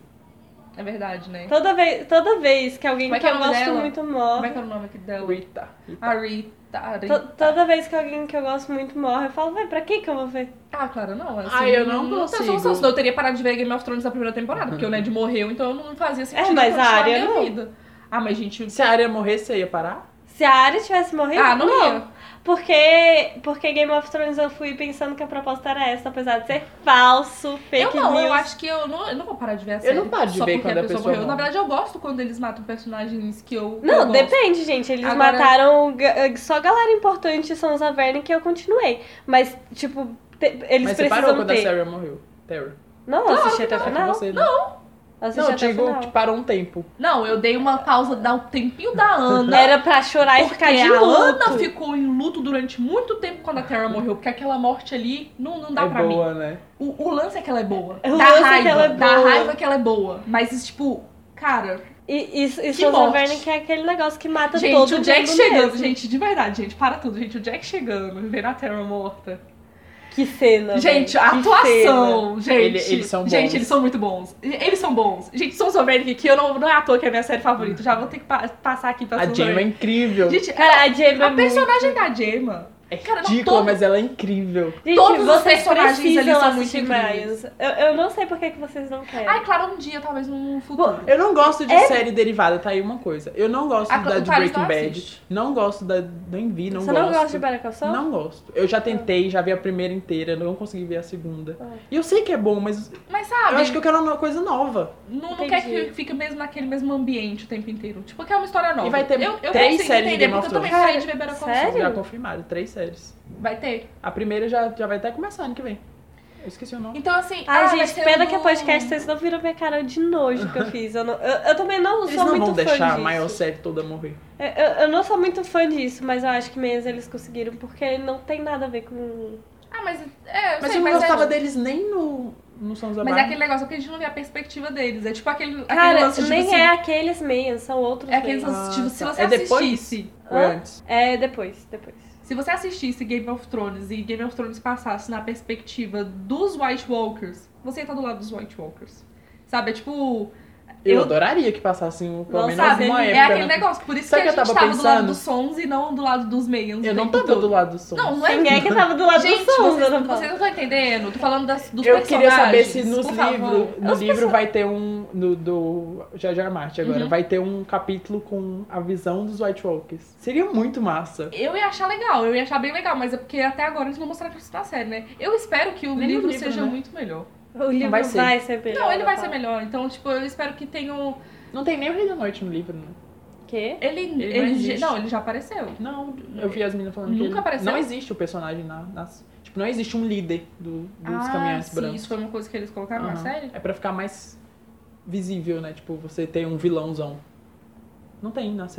É verdade, né? Toda vez, toda vez que alguém Como é que que é eu o nome gosto dela? muito Como morre. é que é o nome aqui dela? Rita. Rita. A Rita. a to- Rita. toda vez que alguém que eu gosto muito morre, eu falo, vai, pra que que eu vou ver? Ah, claro, não. Assim, Ah, eu não tem consigo. solução, senão eu teria parado de ver Game of Thrones na primeira temporada, porque o Ned morreu, então eu não fazia sentido É, mas continuar a Arya minha não. vida. Ah, mas gente... Se a área morrer, você ia parar? Se a Arya tivesse morrido, Ah, não ia. Porque, porque Game of Thrones eu fui pensando que a proposta era essa, apesar de ser falso, fake Eu não, news. eu acho que eu não, eu não vou parar de ver a série. não paro de só ver porque quando a pessoa morreu. morre. Na verdade, eu gosto quando eles matam personagens que eu que Não, eu gosto. depende, gente. Eles Agora- mataram ga- só galera importante, são os Averne, que eu continuei. Mas, tipo, te- eles Mas você precisam parou quando ter. a Sarah morreu. Terry. Não, eu assisti até o É com final. você, né? Não, Assisti Não, eu até o digo final. que parou um tempo. não, eu dei uma pausa, dar o tempinho da Ana. Era pra chorar e Porque ficar de a luto. Ana ficou em luto durante muito tempo quando a Terra morreu, porque aquela morte ali não, não dá é pra mim. boa, né? O, o lance é que ela é boa. O dá lance é raiva, que ela é dá boa. raiva que ela é boa. Mas, tipo, cara... E, e, e Que são os morte. Averne, que é aquele negócio que mata Gente, todo o Jack mundo chegando, mesmo. gente, de verdade, gente, para tudo. Gente, o Jack chegando, vendo a Terra morta. Que cena, Gente, velho, a que atuação, gente. Ele- eles são bons. Gente, eles são muito bons. Eles são bons. Gente, Sons of Anarchy, que eu não, não é à toa que é a minha série favorita. Já vou ter que pa- passar aqui pra A Sons of Gemma é Anarchy. incrível. Gente, Cara, a Gemma a é personagem da Gemma... é cara, não, ridícula, todo- mas ela é incrível. Gente, todos os vocês personagens ali precisam são muito assistir incríveis. mais. Eu, eu não sei por que que vocês não querem. Ai, claro, um dia, talvez no futuro. Eu não gosto de É- série derivada, tá aí uma coisa. Eu não gosto A- da o de Thales Breaking não Bad. assiste. Não gosto da do Envy, não Você gosto. não gosta de Better Call Saul? Não gosto. Eu já tentei, já vi a primeira inteira, não consegui ver a segunda. Ah. E eu sei que é bom, mas Mas sabe, eu acho que eu quero uma coisa nova. não, não Entendi. quer que fique mesmo naquele mesmo ambiente o tempo inteiro. Tipo, que é uma história nova. E vai ter eu, eu três consigo séries de entender, Game of porque eu também Thrones. parei de ver Better Call Saul. Sério? Já confirmaram, três séries. Vai ter. A primeira já, já vai até começar ano que vem. Eu esqueci o nome. Então, assim... Ai, ah, vai gente, ser pena um- que a podcast vocês não viram minha cara de nojo que eu fiz. Eu, não- eu- eu também não Eles sou não muito vão fã deixar disso. a maior série toda morrer. Eu, eu- eu não sou muito fã disso, mas eu acho que mesmo eles conseguiram, porque não tem nada a ver com... Ah, mas... É, eu Mas sei, eu não mas gostava é... deles nem no, no Sons of Mas é Anarchy. aquele negócio que a gente não vê a perspectiva deles. É tipo aquele, aquele Cara, lance de nem tipo, é assim, aqueles meios, são outros É aqueles meios. lance, tipo, Ah, se tá. você É depois? assistisse... Ou Hã? antes? É, depois, depois. Se você assistisse Game of Thrones e Game of Thrones passasse na perspectiva dos White Walkers, você ia estar do lado dos White Walkers. Sabe? É tipo... Eu, Eu- adoraria que passasse um, pelo Não menos sabe, uma É época. aquele né? negócio. Por isso Sabe que a que eu gente tava tava do lado pensando? dos Sons e não do lado dos Mayans. Eu o não tempo tava todo. do lado do Sons. Não, não é... Quem é que tava do lado Gente, do Sons? vocês, eu não falo. vocês não estão entendendo. Tô falando das, dos Eu personagens. queria saber se nos por favor. livros, no Os livro vai ter um, no, do George R. R. Martin agora, Uhum. vai ter um capítulo com a visão dos White Walkers. Seria muito massa. Eu ia achar legal, eu ia achar bem legal, mas é porque até agora eles não mostraram isso na série, né? Eu espero que o Nem no livro, livro, seja né? muito melhor. O livro vai vai ser. ser, melhor. Não, ele vai tá? ser melhor. Então, tipo, eu espero que tenham... Não tem nem o Rei da Noite no livro, né? Quê? Ele, Ele ele, não já- existe. não, ele já apareceu. Não, eu vi as meninas falando Nunca que ele- apareceu? não existe o personagem na, nas... Tipo, não existe um líder do, dos ah, caminhantes sim, brancos. isso foi uma coisa que eles colocaram na Aham. série? É pra ficar mais visível, né? Tipo, você tem um vilãozão. Não tem na série.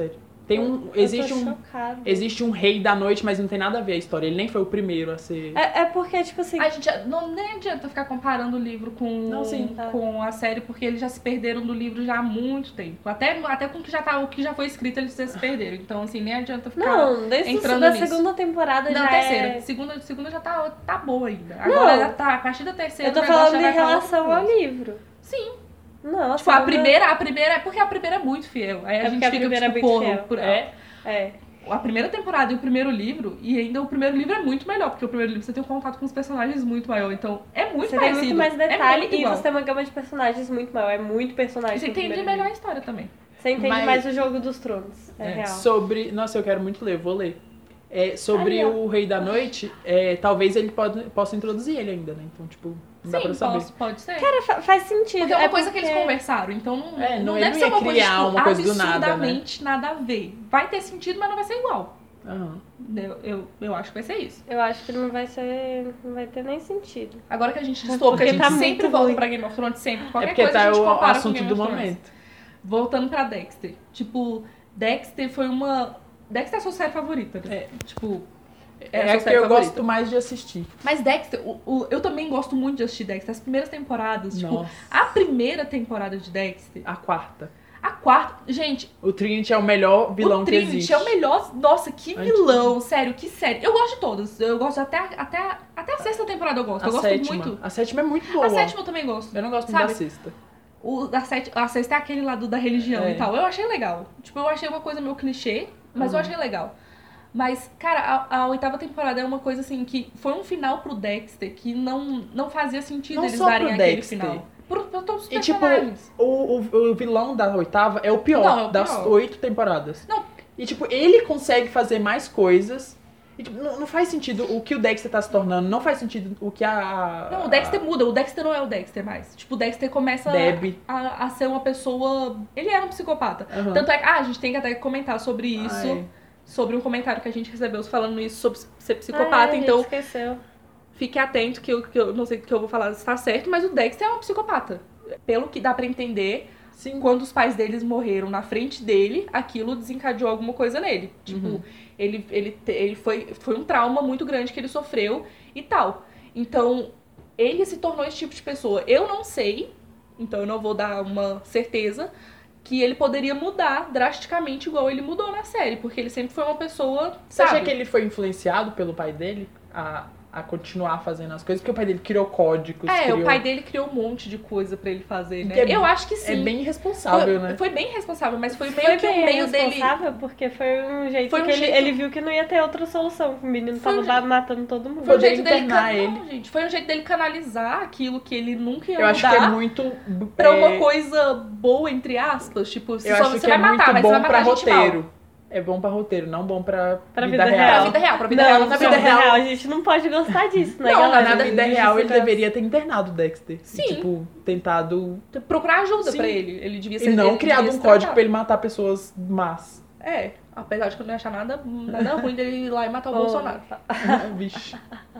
Tem um. Existe eu tô um. chocada. Existe um rei da noite, mas não tem nada a ver a história. Ele nem foi o primeiro a ser. É, é porque, tipo assim... A gente não nem adianta ficar comparando o livro com, Não, sim, tá. com a série, porque eles já se perderam do livro já há muito tempo. Até, até com o que, já tá, o que já foi escrito, eles já se perderam. Então, assim, nem adianta ficar Não, desde entrando da nisso. segunda temporada Não, já terceira. é... Segunda, segunda já tá, tá boa ainda. Agora Não. já tá, a partir da terceira... Eu tô o negócio falando já em vai pra relação outra ao coisa. livro. Sim. Não, Tipo, a segunda- primeira, a primeira... É porque a primeira é muito fiel. Aí a É gente porque a fica, primeira é tipo, muito porra, fiel. por- É? É. A primeira temporada e o primeiro livro, e ainda o primeiro livro é muito melhor, porque o primeiro livro você tem um contato com os personagens muito maior, então é muito Você tem parecido. muito mais é detalhe muito e igual. você tem uma gama de personagens muito maior. É muito personagem. E você no entende primeiro melhor a livro. história também. Você entende Mas- mais o Jogo dos Tronos. É, É. real. Sobre. Nossa, eu quero muito ler, vou ler. É, sobre Aí, ó. o Rei da Noite, é, talvez ele pode, possa introduzir ele ainda, né? Então, tipo, não dá Sim, pra saber. posso- pode ser. Cara, fa- faz sentido. Porque é uma é coisa que eles porque- conversaram, então não, É, não- não ele deve não ser ia uma coisa, criar tipo, uma coisa do nada, né? absurdamente nada a ver. Vai ter sentido, mas não vai ser igual. Aham. Eu, eu, eu acho que vai ser isso. Eu acho que não vai ser. Não vai ter nem sentido. Agora que a gente distou, porque a Porque gente tá sempre muito volta ruim. pra Game of Thrones, sempre. É Qualquer porque coisa tá a gente o compara com assunto Game do of Thrones. momento. Voltando pra Dexter. Tipo, Dexter foi uma... Dexter é a sua série favorita, né? É. Tipo... É, a sua é que série eu favorita. gosto mais de assistir. Mas Dexter, o, o- eu também gosto muito de assistir Dexter. As primeiras temporadas, tipo, Nossa. a primeira temporada de Dexter, A quarta. a quarta, gente, O Trinity é o melhor vilão o que Trinity existe. é o melhor. Nossa, que Antes- vilão, sério, que série. Eu gosto de todas. Eu gosto até, até, até a sexta temporada eu gosto. A eu gosto sétima. muito. A sétima é muito boa. A sétima eu também gosto. Eu não gosto muito Sabe? da sexta. O, da sete, a sexta é aquele lado da religião É. e tal. Eu achei legal. Tipo, eu achei uma coisa meio clichê, mas eu Uhum. achei legal. Mas, cara, a, a oitava temporada é uma coisa assim que foi um final pro Dexter que não, não fazia sentido Não eles só darem pro aquele Dexter. final. Pro, pra todos os E, tipo, personagens. O, o, o vilão da oitava é o pior Não, é o das pior. oito temporadas. Não. E, tipo, ele consegue fazer mais coisas. E, tipo, não, não faz sentido o que o Dexter tá se tornando. Não faz sentido o que a... Não, o Dexter muda. O Dexter não é o Dexter mais. Tipo, o Dexter começa Debbie. a, a ser uma pessoa... Ele era um psicopata. Aham. Tanto é que... Ah, a gente tem que até comentar sobre isso. Ai. Sobre um comentário que a gente recebeu falando isso sobre ser Ah, psicopata. a gente então, esqueceu. fique atento que eu, que eu não sei o que eu vou falar se tá certo, mas o Dexter é um psicopata. Pelo que dá pra entender, Sim. quando os pais deles morreram na frente dele, aquilo desencadeou alguma coisa nele. Tipo, Uhum. ele, ele, te- ele foi, foi um trauma muito grande que ele sofreu e tal. Então, ele se tornou esse tipo de pessoa. Eu não sei, então eu não vou dar uma certeza, que ele poderia mudar drasticamente igual ele mudou na série, porque ele sempre foi uma pessoa, Você sabe? acha que ele foi influenciado pelo pai dele a, a continuar fazendo as coisas? Porque o pai dele criou códigos. É, criou... o pai dele criou um monte de coisa pra ele fazer, né? Que é- eu acho que sim. É bem irresponsável, foi, né? foi bem responsável, mas foi meio Foi que bem o meio dele. responsável, porque foi um jeito Foi um que ele, jeito- ele viu que não ia ter outra solução. Que o menino Foi um tava matando todo mundo. Foi um Poder jeito dele internar can- ele. Não, gente, foi um jeito dele canalizar aquilo que ele nunca ia Eu acho que é mudar muito... pra é, uma coisa boa, entre aspas. Tipo, você, Eu só, acho você que vai é matar, muito mas você bom vai matar pra gente mal. roteiro. É bom pra roteiro, não bom pra, Pra vida, vida real. Pra real. vida real, pra vida Não, real. na não vida funciona. real a gente não pode gostar disso, né, Não, galera? Na vida Gente, real, ele fica- deveria ter internado o Dexter. Sim. E, tipo, tentado... Procurar ajuda Sim. pra ele. Ele devia ser. E não ele criado devia um se código tratar. pra ele matar pessoas más. É, apesar de que eu não ia achar nada, nada ruim dele ir lá e matar o Oh. Bolsonaro. Vixe.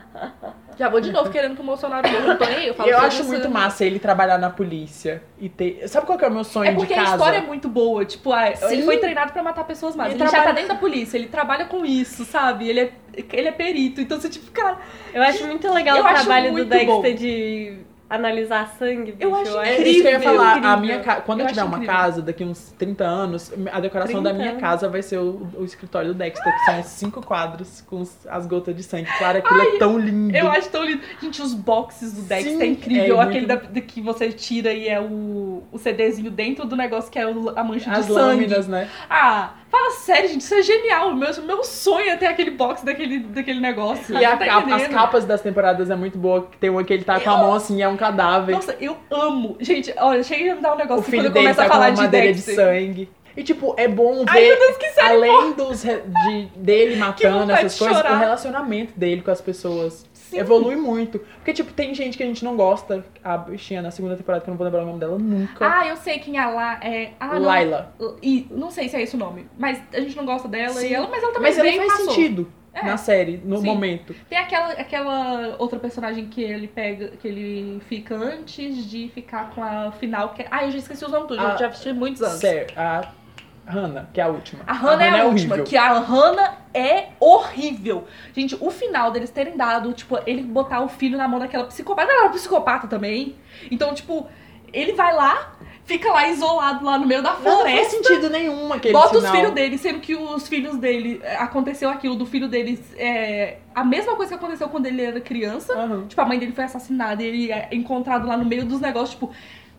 Já vou de novo querendo que o Bolsonaro morra. Não tô nem aí, eu falo Eu sobre acho isso. muito massa ele trabalhar na polícia e ter... Sabe qual que é o meu sonho É porque de casa? a história é muito boa, tipo, ah, Sim. ele foi treinado pra matar pessoas más. Ele Ele, já trabalha- tá dentro da polícia, ele trabalha com isso, sabe? Ele é, ele é perito, então você, tipo, cara, Eu acho muito legal Eu o acho trabalho do muito Dexter bom. de analisar sangue. Eu bicho. acho É incrível, isso que eu ia falar. A incrível. minha ca... Quando eu, Eu tiver acho uma incrível. casa, daqui uns trinta anos, a decoração da trinta minha anos. casa vai ser o, o escritório do Dexter, que são os cinco quadros com os- as gotas de sangue. Claro, aquilo é tão lindo. eu acho tão lindo. Gente, os boxes do Dexter Sim, é incrível. é Aquele muito- da, da que você tira e é o, o CDzinho dentro do negócio que é o- a mancha As de sangue. lâminas, né? Ah, fala sério, gente, isso é genial. Meu, meu sonho é ter aquele box daquele, daquele negócio. E a Não tá capa- as entendendo? capas das temporadas é muito boa, que tem uma que ele tá com a mão assim, é um cadáver. Nossa, eu amo. Gente, olha, chega a me dar um negócio O assim filho quando eu dele começo tá a com falar uma de madeira Dexter. de sangue. E, tipo, é bom ver, Ai, meu Deus, que série além dos re- de, dele matando vontade essas de coisas, chorar. o relacionamento dele com as pessoas Sim. evolui muito. Porque, tipo, tem gente que a gente não gosta. A bichinha na segunda temporada, que eu não vou lembrar o nome dela nunca. Ah, eu sei quem é lá. É... Ah, não. Laila. E não sei se é esse o nome, mas a gente não gosta dela Sim. e ela, mas ela também Mas ela veio e faz passou. sentido É. na série, no Sim. momento. Tem aquela, aquela outra personagem que ele pega, que ele fica antes de ficar com a final, que é... Ah, eu já esqueci os nomes todos, Ah, eu já assisti muitos anos. Sério, a, Hannah, que é a última. A Hannah, a Hannah é a última, horrível. que a Hannah é horrível. Gente, o final deles terem dado, tipo, ele botar o filho na mão daquela psicopata. Ela era psicopata também. Então, tipo, ele vai lá, fica lá isolado lá no meio da floresta. Não faz sentido nenhum aquele Bota final. os filhos dele, sendo que os filhos dele, aconteceu aquilo do filho deles, é a mesma coisa que aconteceu quando ele era criança. Uhum. Tipo, a mãe dele foi assassinada e ele é encontrado lá no meio dos negócios, tipo...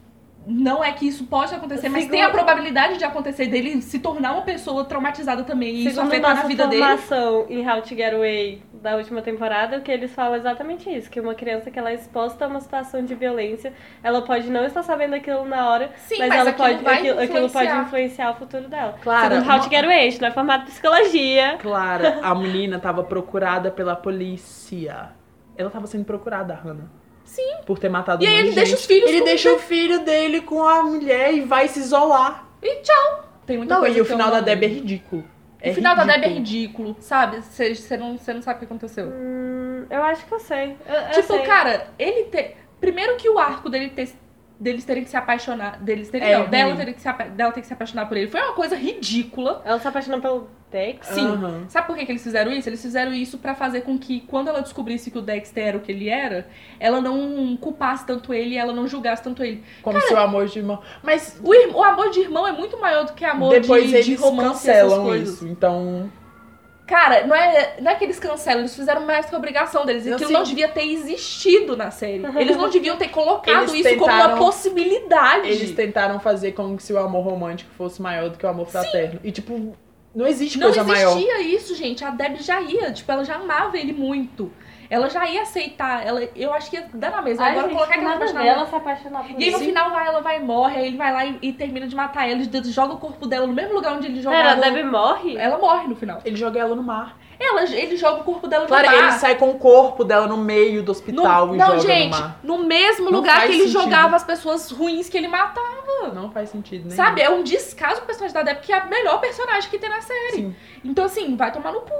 Não é que isso pode acontecer, mas Segundo- tem a probabilidade de acontecer dele se tornar uma pessoa traumatizada também e isso Segundo afetar nossa na vida dele. formação em How to Get Away da última temporada, o que eles falam é exatamente isso, que uma criança que ela é exposta a uma situação de violência, ela pode não estar sabendo aquilo na hora, Sim, mas, mas ela aquilo pode, vai aquilo, aquilo pode influenciar. influenciar o futuro dela. Clara, Segundo How uma- to Get Away, a gente não é formado em psicologia. Clara, a menina tava procurada pela polícia. Ela tava sendo procurada, a Hannah. Sim. Por ter matado E aí um monte ele de deixa gente. os filhos Ele com deixa o filho dele com a mulher e vai se isolar. E tchau. Tem muita Não, coisa e o que eu final da não- Debbie é ridículo. É O final da ridículo. Debbie é ridículo, sabe? Você você não, você não sabe o que aconteceu. Hum, eu acho que eu sei. Eu, eu Tipo, sei. cara, ele tem... Primeiro que o arco dele ter... deles terem que se apaixonar... Deles terem... É não, dela, ruim. terem que se apa- dela ter que se apaixonar por ele. Foi uma coisa ridícula. Ela se apaixonou pelo Dex. Sim. Aham. Sabe por que, que eles fizeram isso? Eles fizeram isso pra fazer com que, quando ela descobrisse que o Dexter era o que ele era, ela não culpasse tanto ele e ela não julgasse tanto ele. Como se o amor de irmão... Mas O, ir- o amor de irmão é muito maior do que amor depois de, eles de romance e essas cancelam coisas. isso. Então... Cara, não é, não é que eles cancelam, eles fizeram mais que obrigação deles. Não, Aquilo sim. não devia ter existido na série. Eles não deviam ter colocado Eles isso como uma tentaram- possibilidade. Eles tentaram fazer como se o amor romântico fosse maior do que o amor fraterno. E, tipo, não existe Não coisa maior. existia isso, gente. A Debbie já ia, tipo, ela já amava ele muito. Ela já ia aceitar. Ela, eu acho que ia dar na mesma. Ai, Agora gente, colocar aquela nada personagem. dela se apaixonar por E aí no ele. final vai, ela vai e morre, aí ele vai lá e, e termina de matar ela, ele joga o corpo dela no mesmo lugar onde ele Pera, a jogava. Debbie morre? Ela morre no final. Ele joga ela no mar. Ela, ele joga o corpo dela Claro, no mar. ele sai com o corpo dela no meio do hospital no, e não, joga gente, no mar. no mesmo Não lugar faz que ele sentido. jogava as pessoas ruins que ele matava. Não faz sentido nenhum. Sabe? É um descaso pro personagem da Debbie, que é a melhor personagem que tem na série. Sim. Então, assim, vai tomar no cu.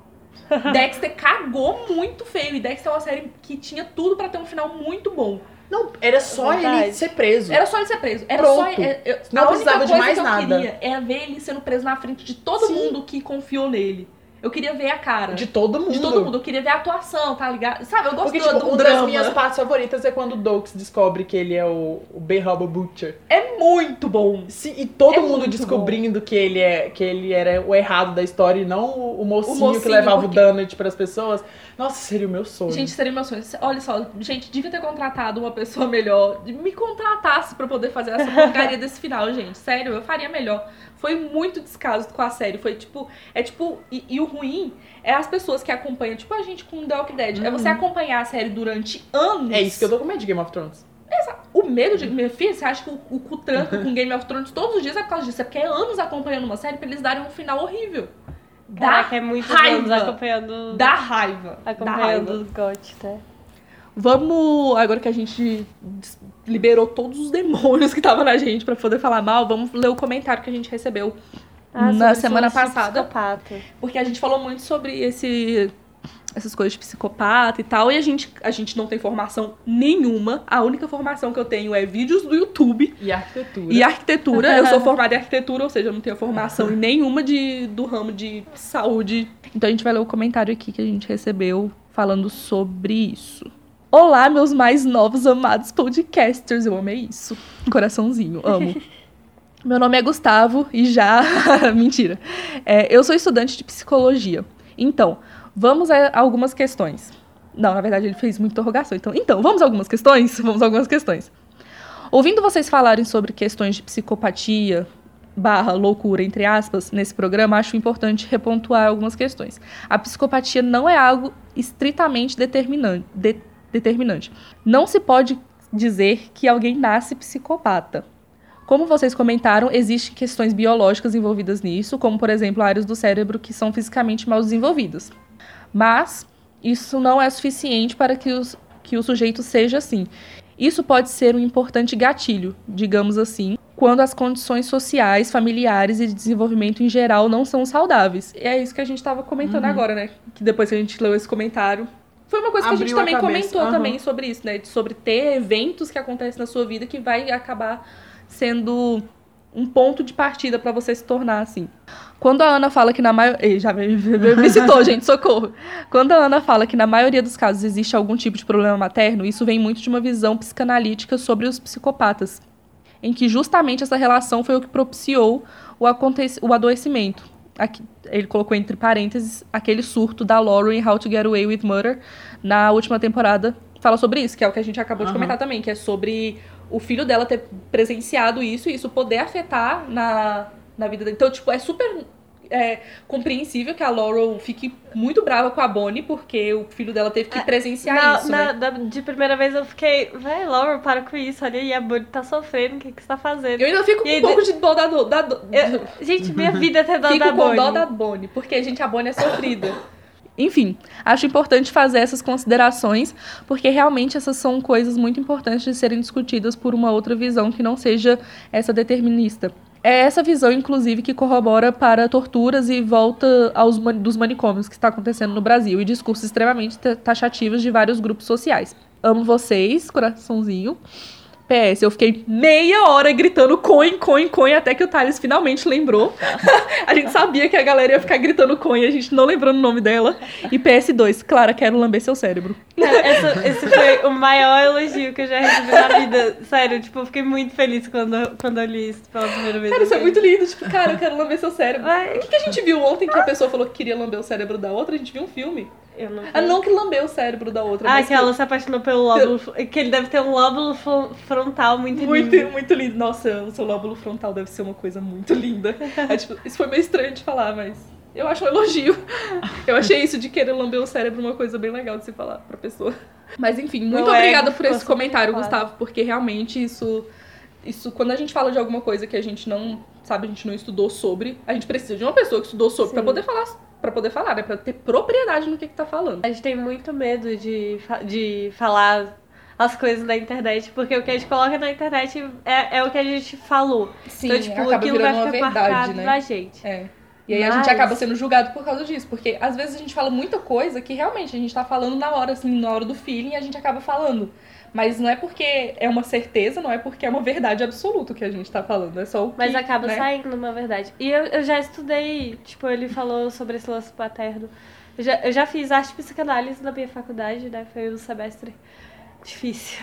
Dexter cagou muito feio. E Dexter é uma série que tinha tudo pra ter um final muito bom. Não, era só Verdade. ele ser preso. Era só ele ser preso. Era Pronto. só. é- eu- Não a única precisava de coisa mais que eu nada. queria é ver ele sendo preso na frente de todo Sim. mundo que confiou nele. Eu queria ver a cara. De todo mundo. De todo mundo. Eu queria ver a atuação, tá ligado? Sabe, eu gosto Porque, do, tipo, do uma drama. das minhas partes favoritas é quando o Dox descobre que ele é o, o B-Robo Butcher. É muito bom. Sim, e todo É mundo muito descobrindo que ele, é, que ele era o errado da história e não o, o, mocinho, O mocinho, que levava porque- o donut pras pessoas. Nossa, seria o meu sonho. Gente, seria meu sonho. Olha só, gente, devia ter contratado uma pessoa melhor. Me contratasse pra poder fazer essa porcaria desse final, gente. Sério, eu faria melhor. Foi muito descaso com a série. Foi tipo. É tipo. E, e o ruim é as pessoas que acompanham, tipo a gente com The Walking Dead. É você acompanhar a série durante anos. É isso que eu tô com medo de Game of Thrones. O medo de. Minha filha, você acha que o, o cu tranca com Game of Thrones todos os dias é por causa disso? É porque é anos acompanhando uma série pra eles darem um final horrível. Dá Caraca, é muitos raiva. anos acompanhando, Dá raiva. Dá acompanhando raiva. os gots, né? Vamos, agora que a gente des- liberou todos os demônios que estavam na gente pra poder falar mal, vamos ler o comentário que a gente recebeu Ah, na sobre semana esse passada. psicopata. Porque a gente falou muito sobre esse, essas coisas de psicopata e tal, e a gente, a gente não tem formação nenhuma. A única formação que eu tenho é vídeos do YouTube E arquitetura. e arquitetura. Eu sou formada em arquitetura, ou seja, eu não tenho formação em nenhuma de, do ramo de saúde. Então a gente vai ler o comentário aqui que a gente recebeu falando sobre isso. Olá, meus mais novos amados podcasters. Eu amei isso. Coraçãozinho, amo. Meu nome é Gustavo e já... Mentira. É, eu sou estudante de psicologia. Então, vamos a algumas questões. Não, na verdade ele fez muita interrogação. Então, então, vamos a algumas questões? Vamos a algumas questões. Ouvindo vocês falarem sobre questões de psicopatia, barra loucura, entre aspas, nesse programa, acho importante repontuar algumas questões. A psicopatia não é algo estritamente determinante. De, determinante. Não se pode dizer que alguém nasce psicopata. Como vocês comentaram, existem questões biológicas envolvidas nisso, como, por exemplo, áreas do cérebro que são fisicamente mal desenvolvidas. Mas isso não é suficiente para que, os, que o sujeito seja assim. Isso pode ser um importante gatilho, digamos assim, quando as condições sociais, familiares e de desenvolvimento em geral não são saudáveis. E é isso que a gente estava comentando Uhum. agora, né? Que depois que a gente leu esse comentário... Foi uma coisa que Abriu a gente também a cabeça. comentou Aham. também sobre isso, né? Sobre ter eventos que acontecem na sua vida que vai acabar sendo um ponto de partida pra você se tornar assim. Quando a Ana fala que na maioria... Já me, me citou, gente, socorro. Quando a Ana fala que na maioria dos casos existe algum tipo de problema materno, isso vem muito de uma visão psicanalítica sobre os psicopatas, em que justamente essa relação foi o que propiciou o, aconte- o adoecimento. Aqui, ele colocou entre parênteses aquele surto da Lauren em How to Get Away with Murder na última temporada. Fala sobre isso, que é o que a gente acabou uhum. de comentar também, que é sobre o filho dela ter presenciado isso e isso poder afetar na, na vida dele. Então, tipo, é super é, compreensível que a Laurel fique muito brava com a Bonnie, porque o filho dela teve que presenciar na, isso, na, né? Da, de primeira vez eu fiquei, vai, Laurel, para com isso, olha aí, a Bonnie tá sofrendo, o que, que você tá fazendo? Eu ainda fico com um pouco de dó da, da, da eu, Gente, minha vida é ter dó fico da Bonnie. Fico com dó da Bonnie, porque, gente, a Bonnie é sofrida. Enfim, acho importante fazer essas considerações, porque realmente essas são coisas muito importantes de serem discutidas por uma outra visão que não seja essa determinista. É essa visão, inclusive, que corrobora para torturas e volta aos man- dos manicômios que está acontecendo no Brasil e discursos extremamente taxativos de vários grupos sociais. Amo vocês, coraçãozinho. P S, eu fiquei meia hora gritando coin, coin, coin, até que o Thales finalmente lembrou. A gente sabia que a galera ia ficar gritando coin, a gente não lembrando o nome dela. E P S dois, Clara, quero lamber seu cérebro. Essa, esse foi o maior elogio que eu já recebi na vida. Sério, tipo, eu fiquei muito feliz quando, quando eu li isso pela primeira vez. Cara, isso é muito lindo. Tipo, cara, eu quero lamber seu cérebro. Ai. O que, que a gente viu ontem que a pessoa falou que queria lamber o cérebro da outra? A gente viu um filme. Eu não ah, não que lambeu o cérebro da outra. Ah, mas que ela se apaixonou pelo lóbulo... Que ele deve ter um lóbulo frontal muito, muito lindo. Muito, muito lindo. Nossa, o seu lóbulo frontal deve ser uma coisa muito linda. É, tipo, isso foi meio estranho de falar, mas eu acho um elogio. Eu achei isso de querer lamber o cérebro uma coisa bem legal de se falar pra pessoa. Mas enfim, muito não obrigada é, por esse comentário, Gustavo, porque realmente isso... Isso, quando a gente fala de alguma coisa que a gente não, sabe, a gente não estudou sobre, a gente precisa de uma pessoa que estudou sobre Sim. pra poder falar, pra poder falar, né? Pra ter propriedade no que que tá falando. A gente tem muito medo de, de falar as coisas na internet, porque o que a gente coloca na internet é, é o que a gente falou. Sim, então, tipo, acaba aquilo vai virando ficar uma verdade, marcado né? na gente. É. E aí Mas... a gente acaba sendo julgado por causa disso, porque às vezes a gente fala muita coisa que realmente a gente tá falando na hora, assim, na hora do feeling, e a gente acaba falando. Mas não é porque é uma certeza, não é porque é uma verdade absoluta que a gente tá falando, é só o que, Mas acaba né? saindo uma verdade. E eu, eu já estudei, tipo, ele falou sobre esse lance paterno. Eu já, eu já fiz arte e psicanálise na minha faculdade, né? Foi um semestre difícil.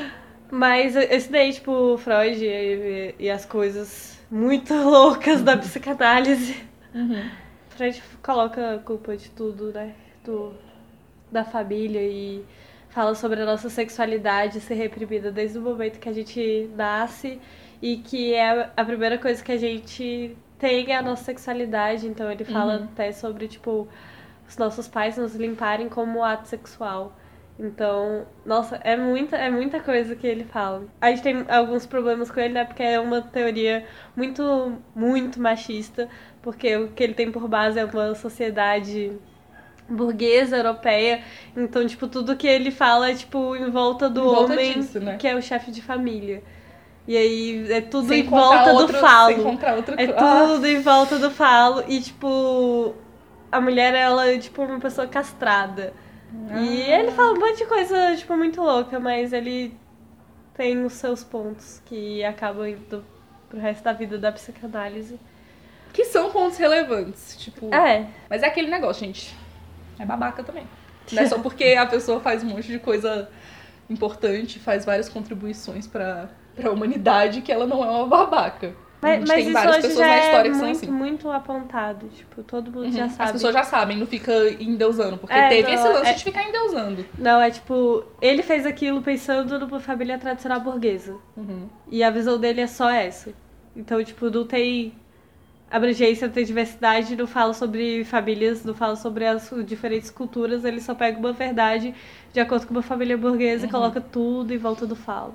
Mas eu estudei, tipo, Freud e, e as coisas muito loucas da psicanálise. Uhum. Freud coloca a culpa de tudo, né? Do, da família e fala sobre a nossa sexualidade ser reprimida desde o momento que a gente nasce e que é a primeira coisa que a gente tem é a nossa sexualidade. Então ele fala uhum. até sobre, tipo, os nossos pais nos limparem como ato sexual. Então, nossa, é muita, é muita coisa que ele fala. A gente tem alguns problemas com ele, né? Porque é uma teoria muito, muito machista. Porque o que ele tem por base é uma sociedade burguesa, europeia. Então, tipo, tudo que ele fala é, tipo, em volta do em volta homem, disso, né? que é o chefe de família. E aí, é tudo sem em volta outro, do falo. Sem encontrar outro... É tudo ah. em volta do falo. E, tipo, a mulher, ela é, tipo, uma pessoa castrada. Ah. E ele fala um monte de coisa, tipo, muito louca, mas ele tem os seus pontos que acabam indo pro resto da vida da psicanálise. Que são pontos relevantes, tipo... É. Mas é aquele negócio, gente. É babaca também. Não é só porque a pessoa faz um monte de coisa importante, faz várias contribuições pra, pra humanidade, que ela não é uma babaca. Mas, mas isso hoje já é muito, assim. muito apontado. Tipo, todo mundo uhum. já sabe. As pessoas já sabem, não fica endeusando. Porque é, teve não, esse lance é... de ficar endeusando. Não, é tipo... Ele fez aquilo pensando numa família tradicional burguesa. Uhum. E a visão dele é só essa. Então, tipo, não tem abrangência, não tem diversidade. Não fala sobre famílias, não fala sobre as diferentes culturas. Ele só pega uma verdade de acordo com uma família burguesa uhum. e coloca tudo em volta do falo.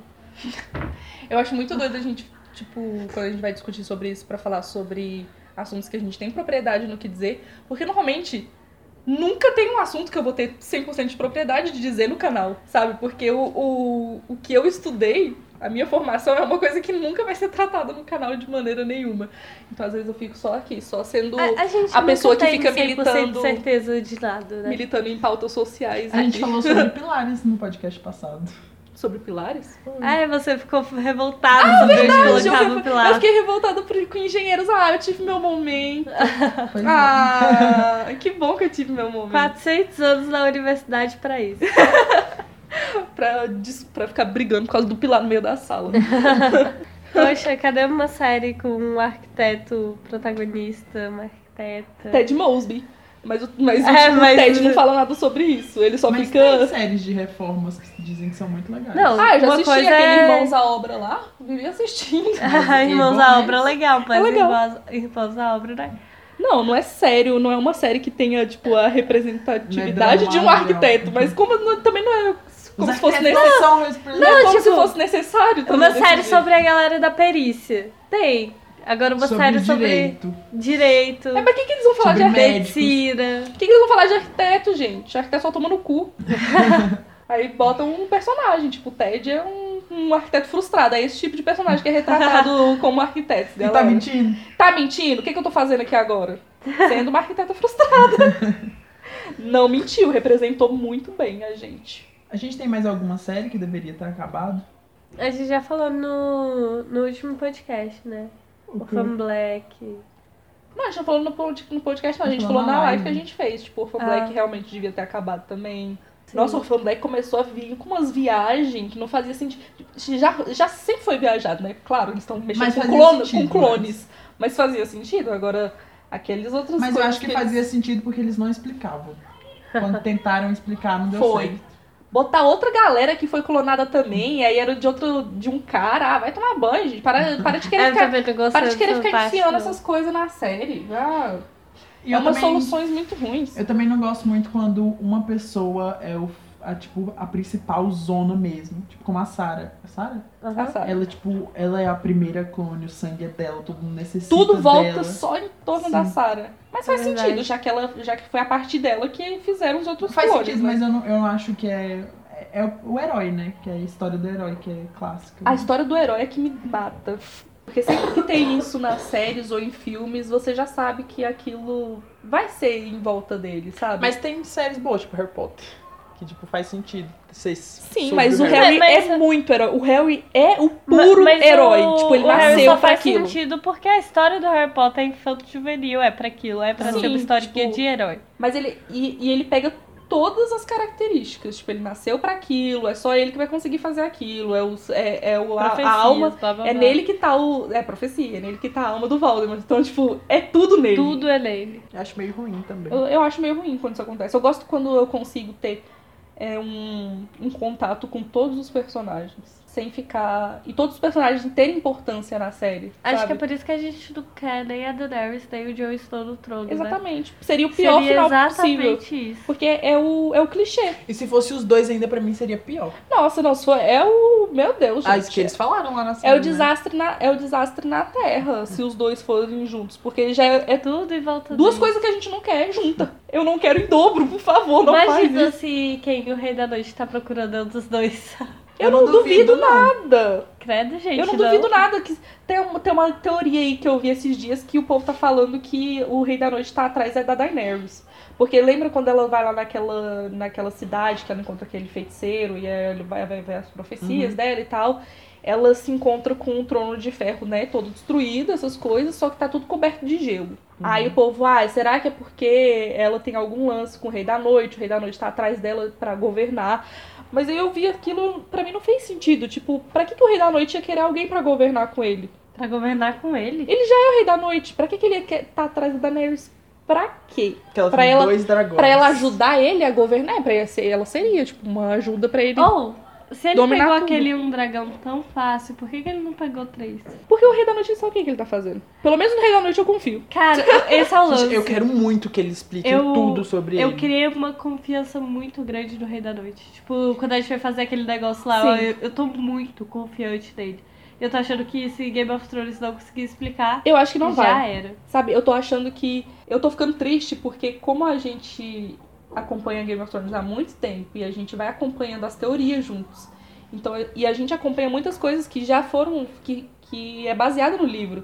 Eu acho muito doido a gente... Tipo, quando a gente vai discutir sobre isso pra falar sobre assuntos que a gente tem propriedade no que dizer. Porque, normalmente, nunca tem um assunto que eu vou ter cem por cento de propriedade de dizer no canal, sabe? Porque o, o, o que eu estudei, a minha formação é uma coisa que nunca vai ser tratada no canal de maneira nenhuma. Então, às vezes, eu fico só aqui, só sendo a, a, gente a pessoa que tem fica militando... certeza de nada, né? Militando em pautas sociais. A gente falou sobre pilares no podcast passado. sobre pilares? Ai, você ficou revoltada ah, sobre verdade, onde colocava eu, o pilar. Eu fiquei revoltada por, com engenheiros. Ah, eu tive meu momento. Pois ah, que bom que eu tive meu momento. quatrocentos anos na universidade pra isso. pra, pra ficar brigando por causa do pilar no meio da sala. Poxa, cadê uma série com um arquiteto protagonista, uma arquiteta? Ted Mosby. Mas, o- mas, o- É, tipo, mas- o Ted não fala nada sobre isso. Ele só Mas fica. tem séries de reformas que dizem que são muito legais. Não. Ah, eu já Uma assisti coisa aquele é- Irmãos à Obra lá. Vivi assistindo. Ah, Irmãos bom, à né? Obra é legal, mas É legal. Irmãos, Irmãos à Obra, né? Não, não é sério, não é uma série que tenha, tipo, a representatividade Não é de um drama, arquiteto. não. Mas como não- também não é como Os se fosse arquitetos necessário. são responsáveis. Não é como tipo, se fosse necessário. também Uma desse série jeito. sobre a galera da perícia. Tem. Agora uma sobre série sobre direito. direito, É, mas o que, que eles vão falar Sobre de arquiteto? médicos. medicina. O que, que eles vão falar de arquiteto, gente? Arquiteto só toma no cu. Aí botam um personagem, tipo, o Ted é um, um arquiteto frustrado. É esse tipo de personagem que é retratado como arquiteto. E Galera. tá mentindo? Tá mentindo? O que, que eu tô fazendo aqui agora? Sendo uma arquiteta frustrada. Não mentiu, representou muito bem a gente. A gente tem mais alguma série que deveria ter acabado? A gente já falou no, no último podcast, né? O que- Orphan Black. Não, a gente não falou no pod- no podcast, não. A gente Falou falou na na live live. que a gente fez. Tipo, Orphan Ah. Black realmente devia ter acabado também. Sim. Nossa, Orphan Black começou a vir com umas viagens que não fazia sentido. Já, já sempre foi viajado, né? Claro, eles estão mexendo Mas com, fazia clone- sentido, com clones. Mas fazia sentido. Agora, aqueles outros Mas eu coisas acho que eles- fazia sentido porque eles não explicavam. Quando tentaram explicar, não deu Foi. certo. Botar outra galera que foi clonada também, e aí era de outro, de um cara. Ah, vai tomar banho, gente. Para, para de querer É, eu ficar, também não gostei para de querer dessa ficar parte, enfiando não. essas coisas na série. Ah, E é eu umas também, soluções muito ruins. eu também não gosto muito quando uma pessoa é o, a, tipo, a principal zona mesmo. Tipo, como a Sarah. A Sarah? Aham. Ah, sabe? Ela, tipo, ela é a primeira clone, o sangue é dela, todo mundo necessita Tudo volta dela. só em torno Sim. da Sarah. Mas É faz verdade. sentido, já que, ela, já que foi a partir dela que fizeram os outros Faz clones. sentido, né? mas eu não, eu não acho que é... É o- o herói, né? Que é a história do herói, que é clássica. A história do herói é que me mata. Porque sempre que tem isso nas séries ou em filmes, você já sabe que aquilo vai ser em volta dele, sabe? Mas tem séries boas, tipo Harry Potter. Que, tipo, faz sentido. Ser Sim, sobre mas o Harry. Harry Mas- é muito herói. O Harry é o puro Mas herói. o- Tipo, ele o Harry nasceu só pra faz aquilo. sentido porque a história do Harry Potter é infanto-juvenil, é pra aquilo, é pra Sim, ser uma história tipo, de herói. Mas ele. E, e ele pega todas as características. Tipo, ele nasceu pra aquilo, é só ele que vai conseguir fazer aquilo. É, o, é, é o, a, Profecias, a alma. blá, blá, É blá. nele que tá o. É profecia, é nele que tá a alma do Voldemort. Então, tipo, é tudo nele. Tudo é nele. Eu acho meio ruim também. Eu, eu acho meio ruim quando isso acontece. Eu gosto quando eu consigo ter é, um, um contato com todos os personagens. Sem ficar. E todos os personagens terem importância na série. Acho sabe? que é por isso que a gente não quer nem a Daenerys, nem o Jon Snow no trono, né? Exatamente. Seria o pior Seria final exatamente possível. isso. Porque é o, é o clichê. E se fosse os dois ainda, pra mim, seria pior. Nossa, não, se for, é o. Meu Deus, gente. Ah, isso que eles falaram lá na série, É o né? desastre na, é o desastre na Terra, se os dois forem juntos. Porque já é, é Tudo em volta duas dele. coisas que a gente não quer junta. Eu não quero em dobro, por favor, não faz Imagina isso. se quem o Rei da Noite tá procurando é um dos dois. Eu, não duvido, não. nada. Credo, gente. Eu não duvido nada. Que tem, uma, tem uma teoria aí que eu vi esses dias que o povo tá falando que o Rei da Noite tá atrás é da Daenerys. Porque lembra quando ela vai lá naquela, naquela cidade que ela encontra aquele feiticeiro e aí ele vai, vai ver as profecias Uhum. dela e tal. Ela se encontra com o trono de ferro, né? Todo destruído, essas coisas, só que tá tudo coberto de gelo. Uhum. Aí o povo, ah, será que é porque ela tem algum lance com o Rei da Noite? O Rei da Noite tá atrás dela pra governar. Mas aí eu vi aquilo, pra mim não fez sentido. Tipo, pra que, que o Rei da Noite ia querer alguém pra governar com ele? Pra governar com ele. Ele já é o Rei da Noite. Pra que, que ele ia que- tá atrás da Daenerys? Pra quê? Que ela Pra tem ela- dois dragões. Pra ela ajudar ele a governar? Pra ela, ser, ela seria, tipo, uma ajuda pra ele. Ou, se ele Dominar pegou tudo. aquele um dragão tão fácil, por que, que ele não pegou três? Porque o Rei da Noite sabe o que, que ele tá fazendo. Pelo menos no Rei da Noite eu confio. Cara, esse é o lance. Gente, eu quero muito que eles expliquem Eu- tudo sobre Eu ele. criei uma confiança muito grande no Rei da Noite. Tipo, quando a gente foi fazer aquele negócio lá, Sim. eu, eu tô muito confiante nele. Eu tô achando que se Game of Thrones não conseguir explicar, Eu acho que não já vai. era. Sabe, eu tô achando que... Eu tô ficando triste porque como a gente acompanha Game of Thrones há muito tempo e a gente vai acompanhando as teorias juntos. Então, e a gente acompanha muitas coisas que já foram... Que, que é baseado no livro.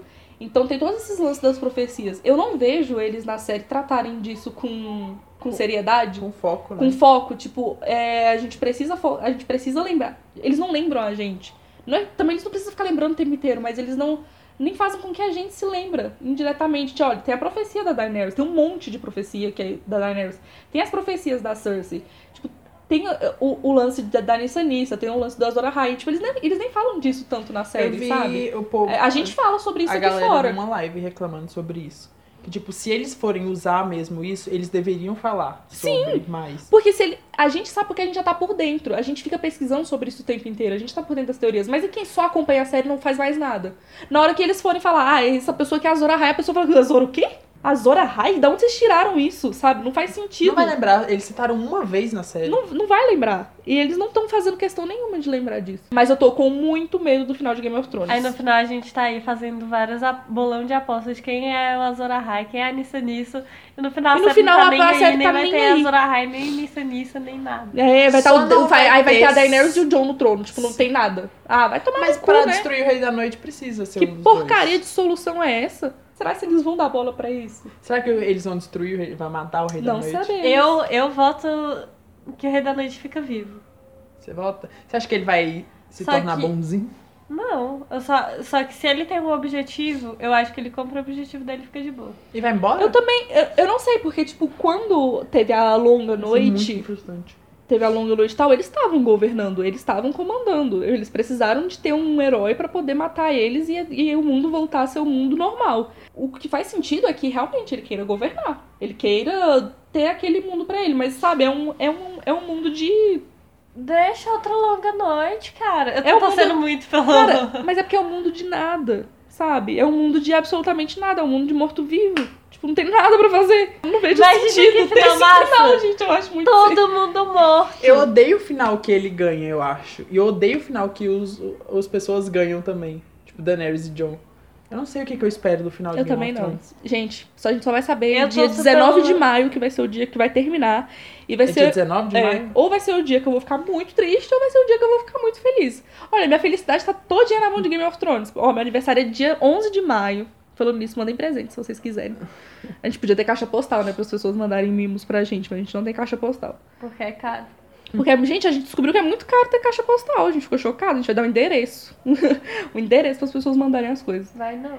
Então tem todos esses lances das profecias. Eu não vejo eles na série tratarem disso com, com seriedade. Com foco, né? Com foco, tipo, é, a gente precisa fo- a gente precisa lembrar. Eles não lembram a gente. Não é- também eles não precisam ficar lembrando o tempo inteiro, mas eles não nem fazem com que a gente se lembra indiretamente. Tipo, olha, tem a profecia da Daenerys, tem um monte de profecia que é da Daenerys. Tem as profecias da Cersei. Tipo, tem o, o lance da, da Nissa Nissa, tem o lance do Azor Ahai. Tipo, eles nem, eles nem falam disso tanto na série, Eu vi sabe? o povo, É, a gente fala sobre isso a aqui galera fora. numa live reclamando sobre isso. Que, tipo, se eles forem usar mesmo isso, eles deveriam falar sobre mais. Porque se ele, a gente sabe porque a gente já tá por dentro. A gente fica pesquisando sobre isso o tempo inteiro. A gente tá por dentro das teorias. Mas e quem só acompanha a série não faz mais nada? Na hora que eles forem falar, ah, essa pessoa que é a Azor Ahai, a pessoa fala, Azor o quê? Azor Ahai? Da onde vocês tiraram isso, sabe? Não faz sentido. Não vai lembrar, eles citaram uma vez na série. Não, não vai lembrar. E eles não estão fazendo questão nenhuma de lembrar disso. Mas eu tô com muito medo do final de Game of Thrones. Aí no final a gente tá aí fazendo vários a- bolão de apostas de quem é o Azor Ahai, quem é a Nissa Nissa. E no final, E no a série final não a- tá nem a aí, série nem tá vai nem ter aí. Azor Ahai, nem Nissa Nissa, nem nada. É, vai Só tá o, não vai, vai aí vai ter ter a Daenerys e o Jon no trono. Tipo, não tem nada. Ah, vai tomar Mas no cu, pra né? destruir o Rei da Noite precisa ser Que um dos porcaria dois. de solução é essa? Será que eles vão dar bola pra isso? Será que eles vão destruir o Rei, vai matar o Rei da Não Noite? sabemos. Eu, eu voto que o Rei da Noite fica vivo. Você volta? Você acha que ele vai se Só tornar que- bonzinho? Não, eu só, só que se ele tem um objetivo, eu acho que ele compra o objetivo dele e fica de boa. E vai embora? Eu também, eu, eu não sei, porque, tipo, quando teve a longa Vai ser muito noite, frustrante. teve a longa noite e tal, eles estavam governando, eles estavam comandando. Eles precisaram de ter um herói pra poder matar eles e, e o mundo voltar a ser o mundo normal. O que faz sentido é que realmente ele queira governar. Ele queira ter aquele mundo pra ele, mas sabe, é um, é um, é um mundo de... Deixa outra longa noite, cara. Eu tô É o torcendo mundo- muito pelo... Cara, mas é porque é um mundo de nada, sabe? É um mundo de absolutamente nada, é um mundo de morto-vivo. Tipo, não tem nada pra fazer. Eu não vejo Mas sentido que ter final esse massa. final, gente. Eu acho muito Todo mundo morto. Eu odeio o final que ele ganha, eu acho. E eu odeio o final que os, as pessoas ganham também. Tipo, Daenerys e Jon. Eu não sei o que, que eu espero do final de Eu Game também of não. Thrones. Gente, só, a gente só vai saber Eu dia torço dezenove pelo- de maio, que vai ser o dia que vai terminar. E vai É ser. dia dezenove de é, maio? ou vai ser o dia que eu vou ficar muito triste, ou vai ser o dia que eu vou ficar muito feliz. Olha, minha felicidade tá todinha na mão de Game of Thrones. Ó, meu aniversário é dia onze de maio. Falando nisso, mandem presente se vocês quiserem. A gente podia ter caixa postal, né? Para as pessoas mandarem mimos pra gente, mas a gente não tem caixa postal. Porque é caro. Porque, gente, a gente descobriu que é muito caro ter caixa postal. A gente ficou chocado. A gente vai dar um endereço. um endereço para as pessoas mandarem as coisas. Vai não.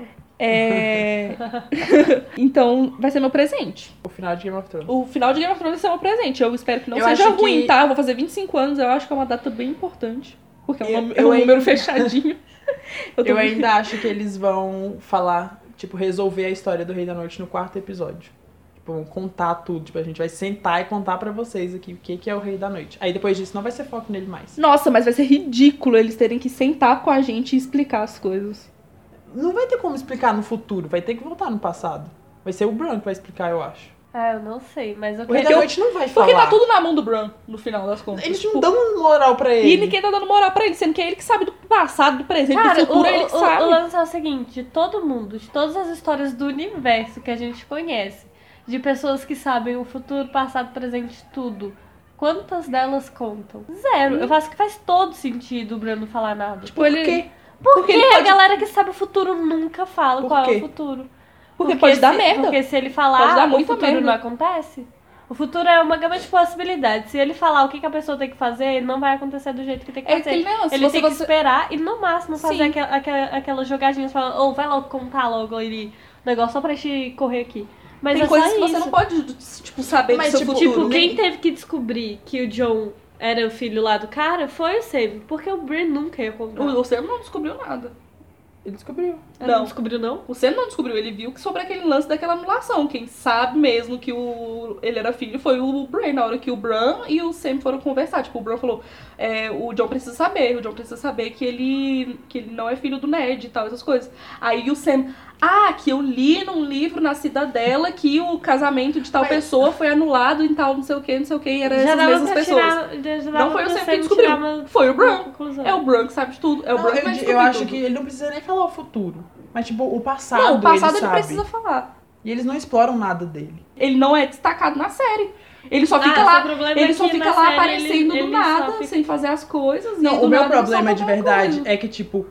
É... então, vai ser meu presente. O final de Game of Thrones. O final de Game of Thrones vai ser meu presente. Eu espero que não Eu seja acho ruim, que- tá? Eu vou fazer vinte e cinco anos. Eu acho que é uma data bem importante. Porque é um, Eu- nome- é eu um ainda- número fechadinho. Eu, tô Eu muito- ainda acho que eles vão falar, tipo, resolver a história do Rei da Noite no quarto episódio. Tipo, vão contar tudo. Tipo, a gente vai sentar e contar pra vocês aqui o que, que é o Rei da Noite. Aí depois disso não vai ser foco nele mais. Nossa, mas vai ser ridículo eles terem que sentar com a gente e explicar as coisas. Não vai ter como explicar no futuro, vai ter que voltar no passado. Vai ser o Bran que vai explicar, eu acho. Ah, eu não sei, mas eu O Rei quero... da eu- Noite não vai falar. Porque tá tudo na mão do Bran, no final das contas. Eles Tipo, não dão moral pra ele. E ninguém tá dando moral pra ele, sendo que é ele que sabe do passado, do presente, Cara, do futuro, o, é ele que o- sabe. o lance é o seguinte, de todo mundo, de todas as histórias do universo que a gente conhece, de pessoas que sabem o futuro, passado, presente, tudo, quantas delas contam? Zero. Eu acho que faz todo sentido o Bruno não falar nada. Tipo, ele... Por quê? Por porque quê? ele A pode- galera que sabe o futuro nunca fala Por qual é quê? o futuro. Porque pode dar se, merda. Porque se ele Pode falar, dar o muita futuro merda. não acontece. O futuro é uma gama de possibilidades. Se ele falar o que, que a pessoa tem que fazer, não vai acontecer do jeito que tem que É fazer. aquele negócio, Ele se tem você- que esperar e no máximo fazer Sim. aquela, aquela, aquelas jogadinhas falando, ou vai logo contar logo ali o negócio só pra gente correr aqui. Mas Tem é coisas só que isso. você não pode, tipo, saber Mas, do seu tipo, futuro. Tipo, quem nem- teve que descobrir que o John era o filho lá do cara foi o Sam. Porque o Bran nunca ia contar. O, o Sam não descobriu nada. Ele descobriu. Ele não. não descobriu, não? O Sam não descobriu, ele viu que sobre aquele lance daquela anulação. Quem sabe mesmo que o, ele era filho foi o Bran, na hora que o Bran e o Sam foram conversar. Tipo, o Bran falou, é, o John precisa saber, o John precisa saber que ele, que ele não é filho do Ned e tal, essas coisas. Aí o Sam, ah, que eu li num livro na Cidadela que o casamento de tal Mas- pessoa foi anulado em tal não sei o que, não sei o que, e era Já essas dava mesmas pra pessoas. tirar- já- já Não dava foi o pra Sam que Sam descobriu, tirar uma- foi o Bran. uma conclusão. É o Bran que sabe de tudo, é o Não, Bran que eu, vai di- descobrir eu acho tudo. que ele não precisa nem falar o futuro. Mas, tipo, o passado, Não, o passado ele, ele sabe. precisa falar. E eles não exploram nada dele. Ele não é destacado na série. Ele só fica Ah, lá, seu problema ele é só que fica na lá série aparecendo ele- do ele só nada, fica- sem fazer as coisas. e Não, do o meu nada ele problema solta de alguma verdade coisa. é que, tipo,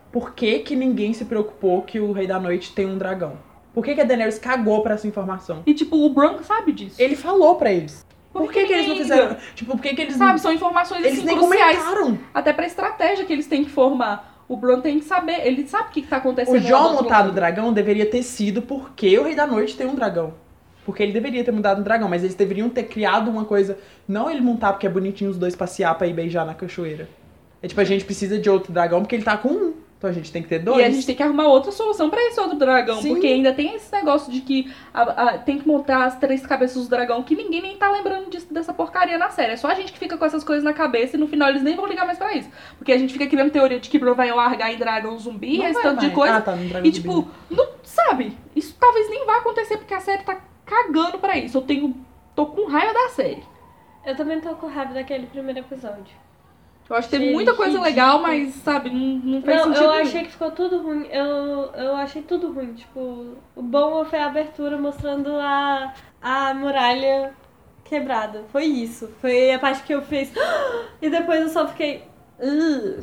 por que que ninguém se preocupou que o Rei da Noite tem um dragão? Por que que a Daenerys cagou pra essa informação? E, tipo, o Bran sabe disso. Ele falou pra eles. Por, Por que que que eles não ninguém fizeram? Tipo, por que que eles Sabe, não... são informações Eles assim, nem cruciais. comentaram. Até pra estratégia que eles têm que formar. O Bran tem que saber, ele sabe o que, que tá acontecendo. O lá do Jon outro montar lado. o dragão deveria ter sido porque o Rei da Noite tem um dragão. Porque ele deveria ter mudado um dragão, mas eles deveriam ter criado uma coisa... Não ele montar porque é bonitinho os dois passear pra ir beijar na cachoeira. É tipo, a gente precisa de outro dragão porque ele tá com um. Então a gente tem que ter dois. E a gente tem que arrumar outra solução pra esse outro dragão. Sim. Porque ainda tem esse negócio de que a- a- tem que montar as três cabeças do dragão, que ninguém nem tá lembrando disso, dessa porcaria na série. É só a gente que fica com essas coisas na cabeça e no final eles nem vão ligar mais pra isso. Porque a gente fica criando teoria de que Bran vai largar em dragão zumbi, Não esse vai tanto de mais. coisa. Ah, tá, no dragão E zumbi. tipo, não, sabe? Isso talvez nem vá acontecer porque a série tá cagando pra isso. Eu tenho. Tô com raiva da série. Eu também tô com raiva daquele primeiro episódio. Eu acho que teve Achei muita coisa ridículo. legal, mas, sabe, não, não fez Não, sentido. eu nenhum. achei que ficou tudo ruim. Eu, eu achei tudo ruim. Tipo, o bom foi a abertura mostrando a, a muralha quebrada. Foi isso. Foi a parte que eu fiz. E depois eu só fiquei. Uh,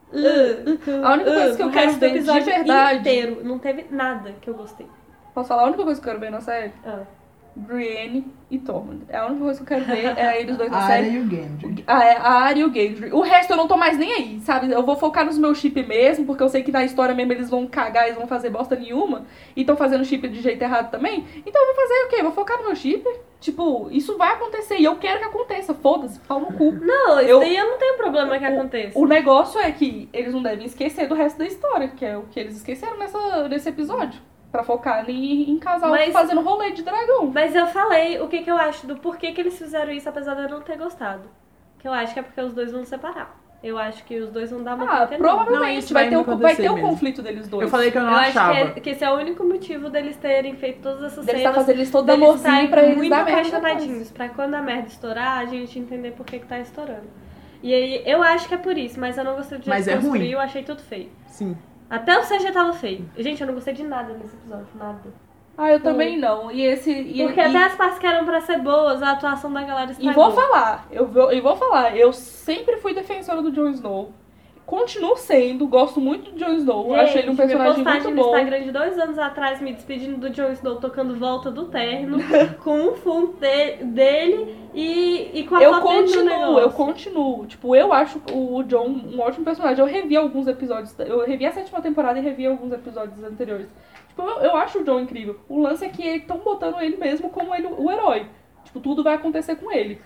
uh, A única coisa que eu o quero resto do ver de episódio verdade- inteiro. Não teve nada que eu gostei. Posso falar? A única coisa que eu quero ver na série? Ah. Brienne e Tormund. É a única coisa que eu quero ver é eles dois na A série. Arya e o Gendry. A, a Arya e o Gendry. O resto eu não tô mais nem aí, sabe? Eu vou focar nos meus chip mesmo, porque eu sei que na história mesmo eles vão cagar, eles vão fazer bosta nenhuma. E estão fazendo chip de jeito errado também. Então eu vou fazer o quê? Vou focar no meu chip? Tipo, isso vai acontecer e eu quero que aconteça. Foda-se, pau no cu. Não, isso Eu- daí eu não tenho problema que aconteça. O negócio é que eles não devem esquecer do resto da história, que é o que eles esqueceram nessa, nesse episódio. Pra focar em, em casal Mas- fazendo rolê de dragão. Mas eu falei o que, que eu acho do porquê que eles fizeram isso, apesar de eu não ter gostado. Que eu acho que é porque os dois vão separar. Eu acho que os dois vão dar uma Ah, treta enorme. Não, provavelmente isso vai, vai ter o, acontecer vai ter o mesmo. conflito deles dois. Eu falei que eu não Eu acho achava. que, é- que esse é o único motivo deles terem feito todas essas Deles cenas. tá fazendo isso todo deles amorzinho estarem pra eles muito dar merda apaixonadinhos. Pra quando a merda estourar, a gente entender por que, que tá estourando. E aí, eu acho que é por isso, mas eu não gostei do jeito Mas que é construiu, ruim. eu achei tudo feio. Sim. Até o C G tava feio. Gente, eu não gostei de nada nesse episódio, nada. Ah, eu também não. E esse. E, Porque e, até as partes que eram pra ser boas, a atuação da galera e estragou. vou falar, eu vou, e vou falar, eu sempre fui defensora do Jon Snow. Continuo sendo, gosto muito do Jon Snow. Gente, achei ele um personagem vi postagem muito no bom. Instagram de dois anos atrás me despedindo do Jon Snow tocando Volta do Terno com um fundo de- dele e, e com a Eu foto dele no continuo, negócio. eu continuo. Tipo, eu acho o Jon um ótimo personagem. Eu revi alguns episódios, eu revi a sétima temporada e revi alguns episódios anteriores. Tipo, eu, eu acho o Jon incrível. O lance é que estão botando ele mesmo como ele, o herói. Tipo, tudo vai acontecer com ele.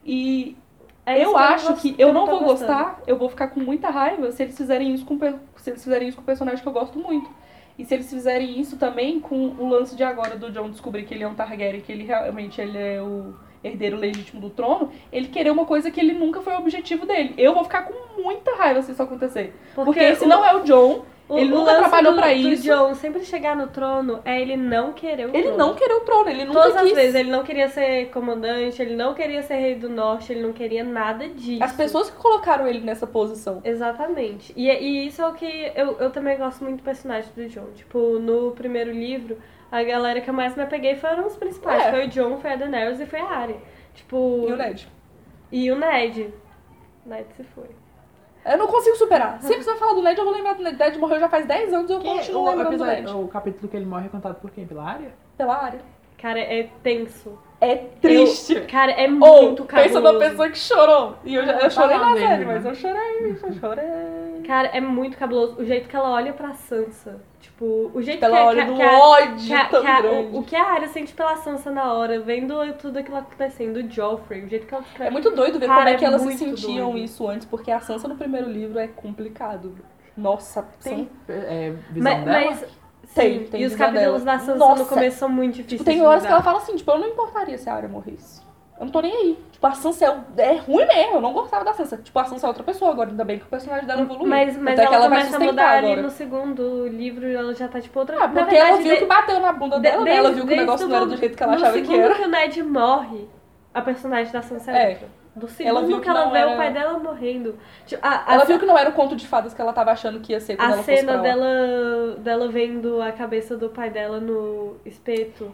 E É isso eu que não acho gosto- que eu não tô vou gostando. gostar, eu vou ficar com muita raiva se eles fizerem isso com per- se eles fizerem isso com um personagem que eu gosto muito. E se eles fizerem isso também com o lance de agora do Jon descobrir que ele é um Targaryen, que ele realmente ele é o herdeiro legítimo do trono, ele querer uma coisa que ele nunca foi o objetivo dele. Eu vou ficar com muita raiva se isso acontecer. Porque, esse o- não é o Jon, o- ele o nunca lance trabalhou do, pra do isso. Jon sempre chegar no trono é ele não querer o Ele trono. não querer o trono, ele nunca Todas as quis. vezes, ele não queria ser comandante, ele não queria ser rei do norte, ele não queria nada disso. As pessoas que colocaram ele nessa posição. Exatamente. E, e isso é o que eu, eu também gosto muito do personagem do Jon. Tipo, no primeiro livro, a galera que eu mais me apeguei foram os principais. É. Foi o Jon, foi a Daenerys e foi a Arya. Tipo... E o Ned? E o Ned. O Ned se foi. Eu não consigo superar. Sempre que você vai falar do Ned, eu vou lembrar do Ned. Ned morreu já faz dez anos e eu Quem é- continuo o, lembrando do episódio- Ned. o capítulo que ele morre é contado por quem? Pela Arya? Pela área. Cara, é tenso. É triste. Eu- cara, é Ou, muito pensa cabuloso. numa pessoa que chorou. E eu, já, eu Tá chorei lá na vendo, série, né? mas eu chorei, eu chorei. Cara, é muito cabuloso. O jeito que ela olha pra Sansa. Tipo, o jeito Ela que, olha que, no que a, ódio que a- tão que a- grande. o, o que a Arya sente pela Sansa na hora, vendo tudo aquilo acontecendo, o Joffrey, o jeito que ela descreve. É muito doido ver Cara, como é que é elas se muito sentiam doido. isso antes, porque a Sansa no primeiro livro é complicado. Nossa, Tem tem. é, visão Mas, dela? mas Tem, sim, tem e os visão capítulos dela. da Sansa Nossa. no começo são muito difíceis. Tipo, tem de horas que lidar. ela fala assim, tipo, eu não importaria se a Arya morresse. Eu não tô nem aí. Tipo, a Sansa é, é ruim mesmo, eu não gostava da Sansa. Tipo, a Sansa é outra pessoa agora, ainda bem que o personagem dela evoluiu. Mas, mas Até ela, que ela vai começa a sustentar mudar ali agora. no segundo livro, ela já tá tipo outra... Ah, Na porque verdade, ela viu de- que bateu na bunda dela, né? Ela viu que o desde negócio não era do no- jeito que ela no achava que segundo era. que o Ned morre, a personagem da Sansa É. é outra. Do segundo Ela viu que, que ela não vê era- o pai dela morrendo. Tipo, a, a, Ela viu que não era o conto de fadas que ela tava achando que ia ser quando a ela fosse cena pra lá. dela, dela vendo a cabeça do pai dela no espeto. É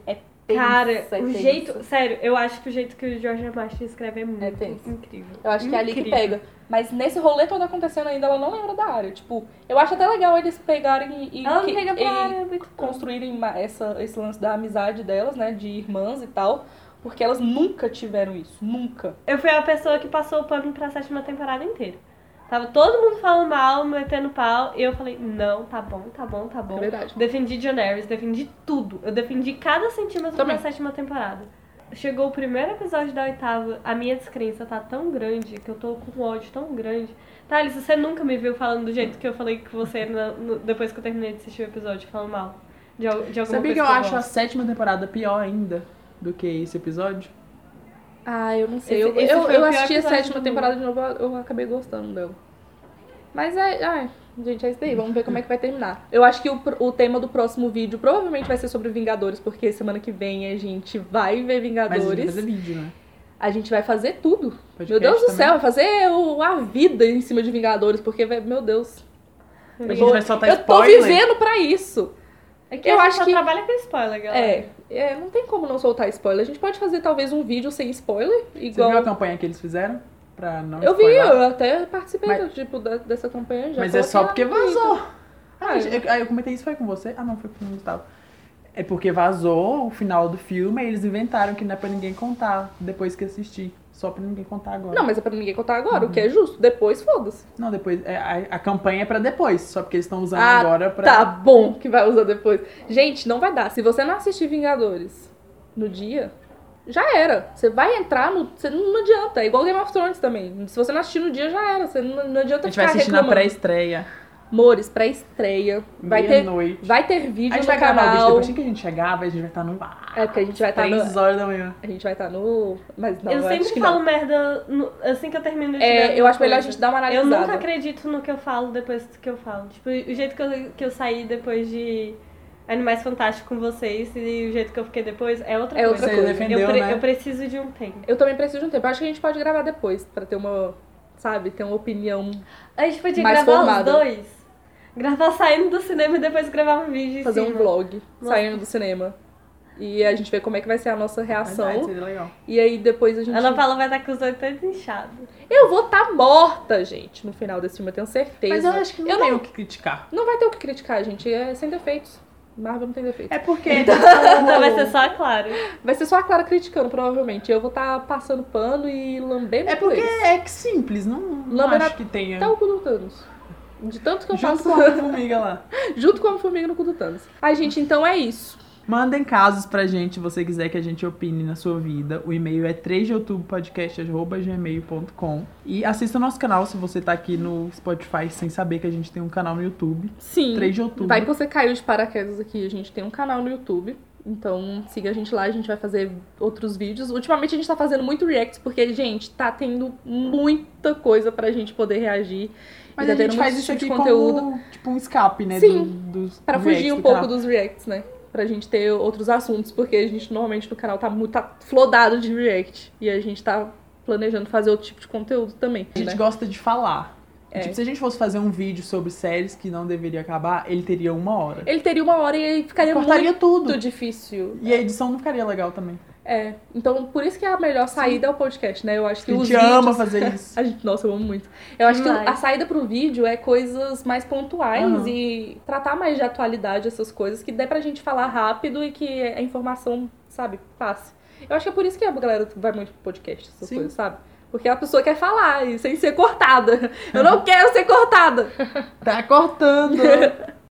Cara, é o tenso. jeito... Sério, eu acho que o jeito que o George Martin escreve é muito É tenso. incrível. Eu acho que é ali que Incrível. pega. Mas nesse rolê todo acontecendo ainda, ela não lembra da área. Tipo, eu acho até legal eles pegarem e, e, Ela não que- pega pra e área, é muito bom. construírem ma- essa, esse lance da amizade delas, né? De irmãs e tal. Porque elas nunca tiveram isso. Nunca. Eu fui a pessoa que passou o pano pra sétima temporada inteira. Tava todo mundo falando mal, metendo pau, e eu falei, não, tá bom, tá bom, tá bom. É verdade. Defendi Daenerys, defendi tudo. Eu defendi cada centímetro Também. da sétima temporada. Chegou o primeiro episódio da oitava, a minha descrença tá tão grande, que eu tô com um ódio tão grande. Thales, você nunca me viu falando do jeito que eu falei com você na- no- depois que eu terminei de assistir o episódio, falando mal de, al- de alguma Sabia que coisa eu acho a gosto. sétima temporada pior ainda do que esse episódio? Ah, eu não sei. Esse- eu esse eu, foi o eu pior assisti a episódio sétima do temporada de novo, eu acabei gostando dela. Mas é. Ai, gente, é isso daí. Vamos ver como é que vai terminar. Eu acho que o, pro- o tema do próximo vídeo provavelmente vai ser sobre Vingadores, porque semana que vem a gente vai ver Mas a gente vai Vingadores. fazer vídeo, né? A gente vai fazer tudo. Podcast Meu Deus do também. céu, vai fazer o- a vida em cima de Vingadores, porque, vai- meu Deus. A gente vai soltar Eu tô spoiler. vivendo pra isso. É que eu a gente acho só que- trabalha com spoiler, galera. É, é, não tem como não soltar spoiler. A gente pode fazer talvez um vídeo sem spoiler, Você igual. viu a campanha que eles fizeram? Pra não Eu vi, spoiler? eu até participei Mas- do, tipo, da- dessa campanha já. Mas é só coloquei porque lá no Twitter. vazou. Ah, eu, eu, eu comentei isso, foi com você? Ah, não, foi com o Gustavo. É porque vazou o final do filme e eles inventaram que não é pra ninguém contar depois que assistir. Só pra ninguém contar agora. Não, mas é pra ninguém contar agora, Uhum. o que é justo. Depois, foda-se. Não, depois. é, a, a campanha é pra depois, só porque eles estão usando Ah, agora pra. Tá bom que vai usar depois. Gente, não vai dar. Se você não assistir Vingadores no dia, já era. Você vai entrar no. Você não, não adianta. É igual Game of Thrones também. Se você não assistir no dia, já era. Você não, não adianta A gente vai ficar assistir na reclamando. pré-estreia. Amores, pré-estreia. Vai ter, Meia-noite. vai ter vídeo A gente no vai gravar o vídeo canal. depois que a gente chegar, a gente vai estar no. É, porque a gente vai estar três no. horas da manhã. A gente vai estar no. Mas não, eu eu sempre acho que falo não. merda no- assim que eu termino de É, ver eu alguma acho melhor a coisa. gente dar uma Eu analisada. nunca acredito no que eu falo depois do que eu falo. Tipo, o jeito que eu, que eu saí depois de Animais Fantásticos com vocês e o jeito que eu fiquei depois é outra É coisa. outra Você coisa. defendeu, eu, pre- né? eu preciso de um tempo. Eu também preciso de um tempo. Eu acho que a gente pode gravar depois, pra ter uma. Sabe, ter uma opinião. A gente podia Mais gravar formada. os dois. Gravar saindo do cinema e depois gravar um vídeo em Fazer um cima. vlog Nossa. saindo do cinema. E a gente vê como é que vai ser a nossa reação. Verdade, seria legal. E aí depois a gente. A Ana Paula vai estar com os olhos todos inchados. Eu vou estar morta, gente, no final desse filme, eu tenho certeza. Mas eu acho que não Eu tem não- o que criticar. Não vai ter o que criticar, gente. É sem defeitos. Marvel não tem defeitos. É porque. Então vai ser só a Clara. Vai ser só a Clara criticando, provavelmente. Eu vou estar passando pano e lambendo É porque eles. é que simples, não, não Lâmina- acho que tenha. Tá o cu do Thanos. De tanto que eu Junto faço. com a formiga lá. Junto com a formiga no cu do Thanos. Ai, gente, então é isso. Mandem casos pra gente, se você quiser que a gente opine na sua vida. O e-mail é três de outubro podcast arroba gmail ponto com. E assista o nosso canal se você tá aqui no Spotify sem saber que a gente tem um canal no YouTube. Sim. três de outubro. Vai que você caiu de paraquedas aqui. A gente tem um canal no YouTube. Então siga a gente lá, a gente vai fazer outros vídeos. Ultimamente a gente tá fazendo muito reacts, porque, gente, tá tendo muita coisa pra gente poder reagir. Mas e tá a gente tendo faz muito isso aqui tipo de conteúdo. como tipo um escape, né? Sim, do, dos Pra reacts fugir um do pouco canal. dos reacts, né? Pra gente ter outros assuntos, porque a gente normalmente no canal tá muito tá flodado de react. E a gente tá planejando fazer outro tipo de conteúdo também. A gente né? gosta de falar. É. Tipo, se a gente fosse fazer um vídeo sobre séries que não deveria acabar, ele teria uma hora. Ele teria uma hora e aí ficaria Cortaria muito tudo. difícil. E a edição não ficaria legal também. É, então por isso que a melhor saída é o podcast, né? Eu acho que A os gente ama vídeos... fazer isso. A gente, nossa, eu amo muito. Eu acho Demais. que a saída pro vídeo é coisas mais pontuais Aham. e tratar mais de atualidade essas coisas, que dê pra gente falar rápido e que a informação, sabe, passe. Eu acho que é por isso que a galera vai muito pro podcast, essas Sim. coisas, sabe? Porque a pessoa quer falar e sem ser cortada. Eu não quero ser cortada. Tá cortando.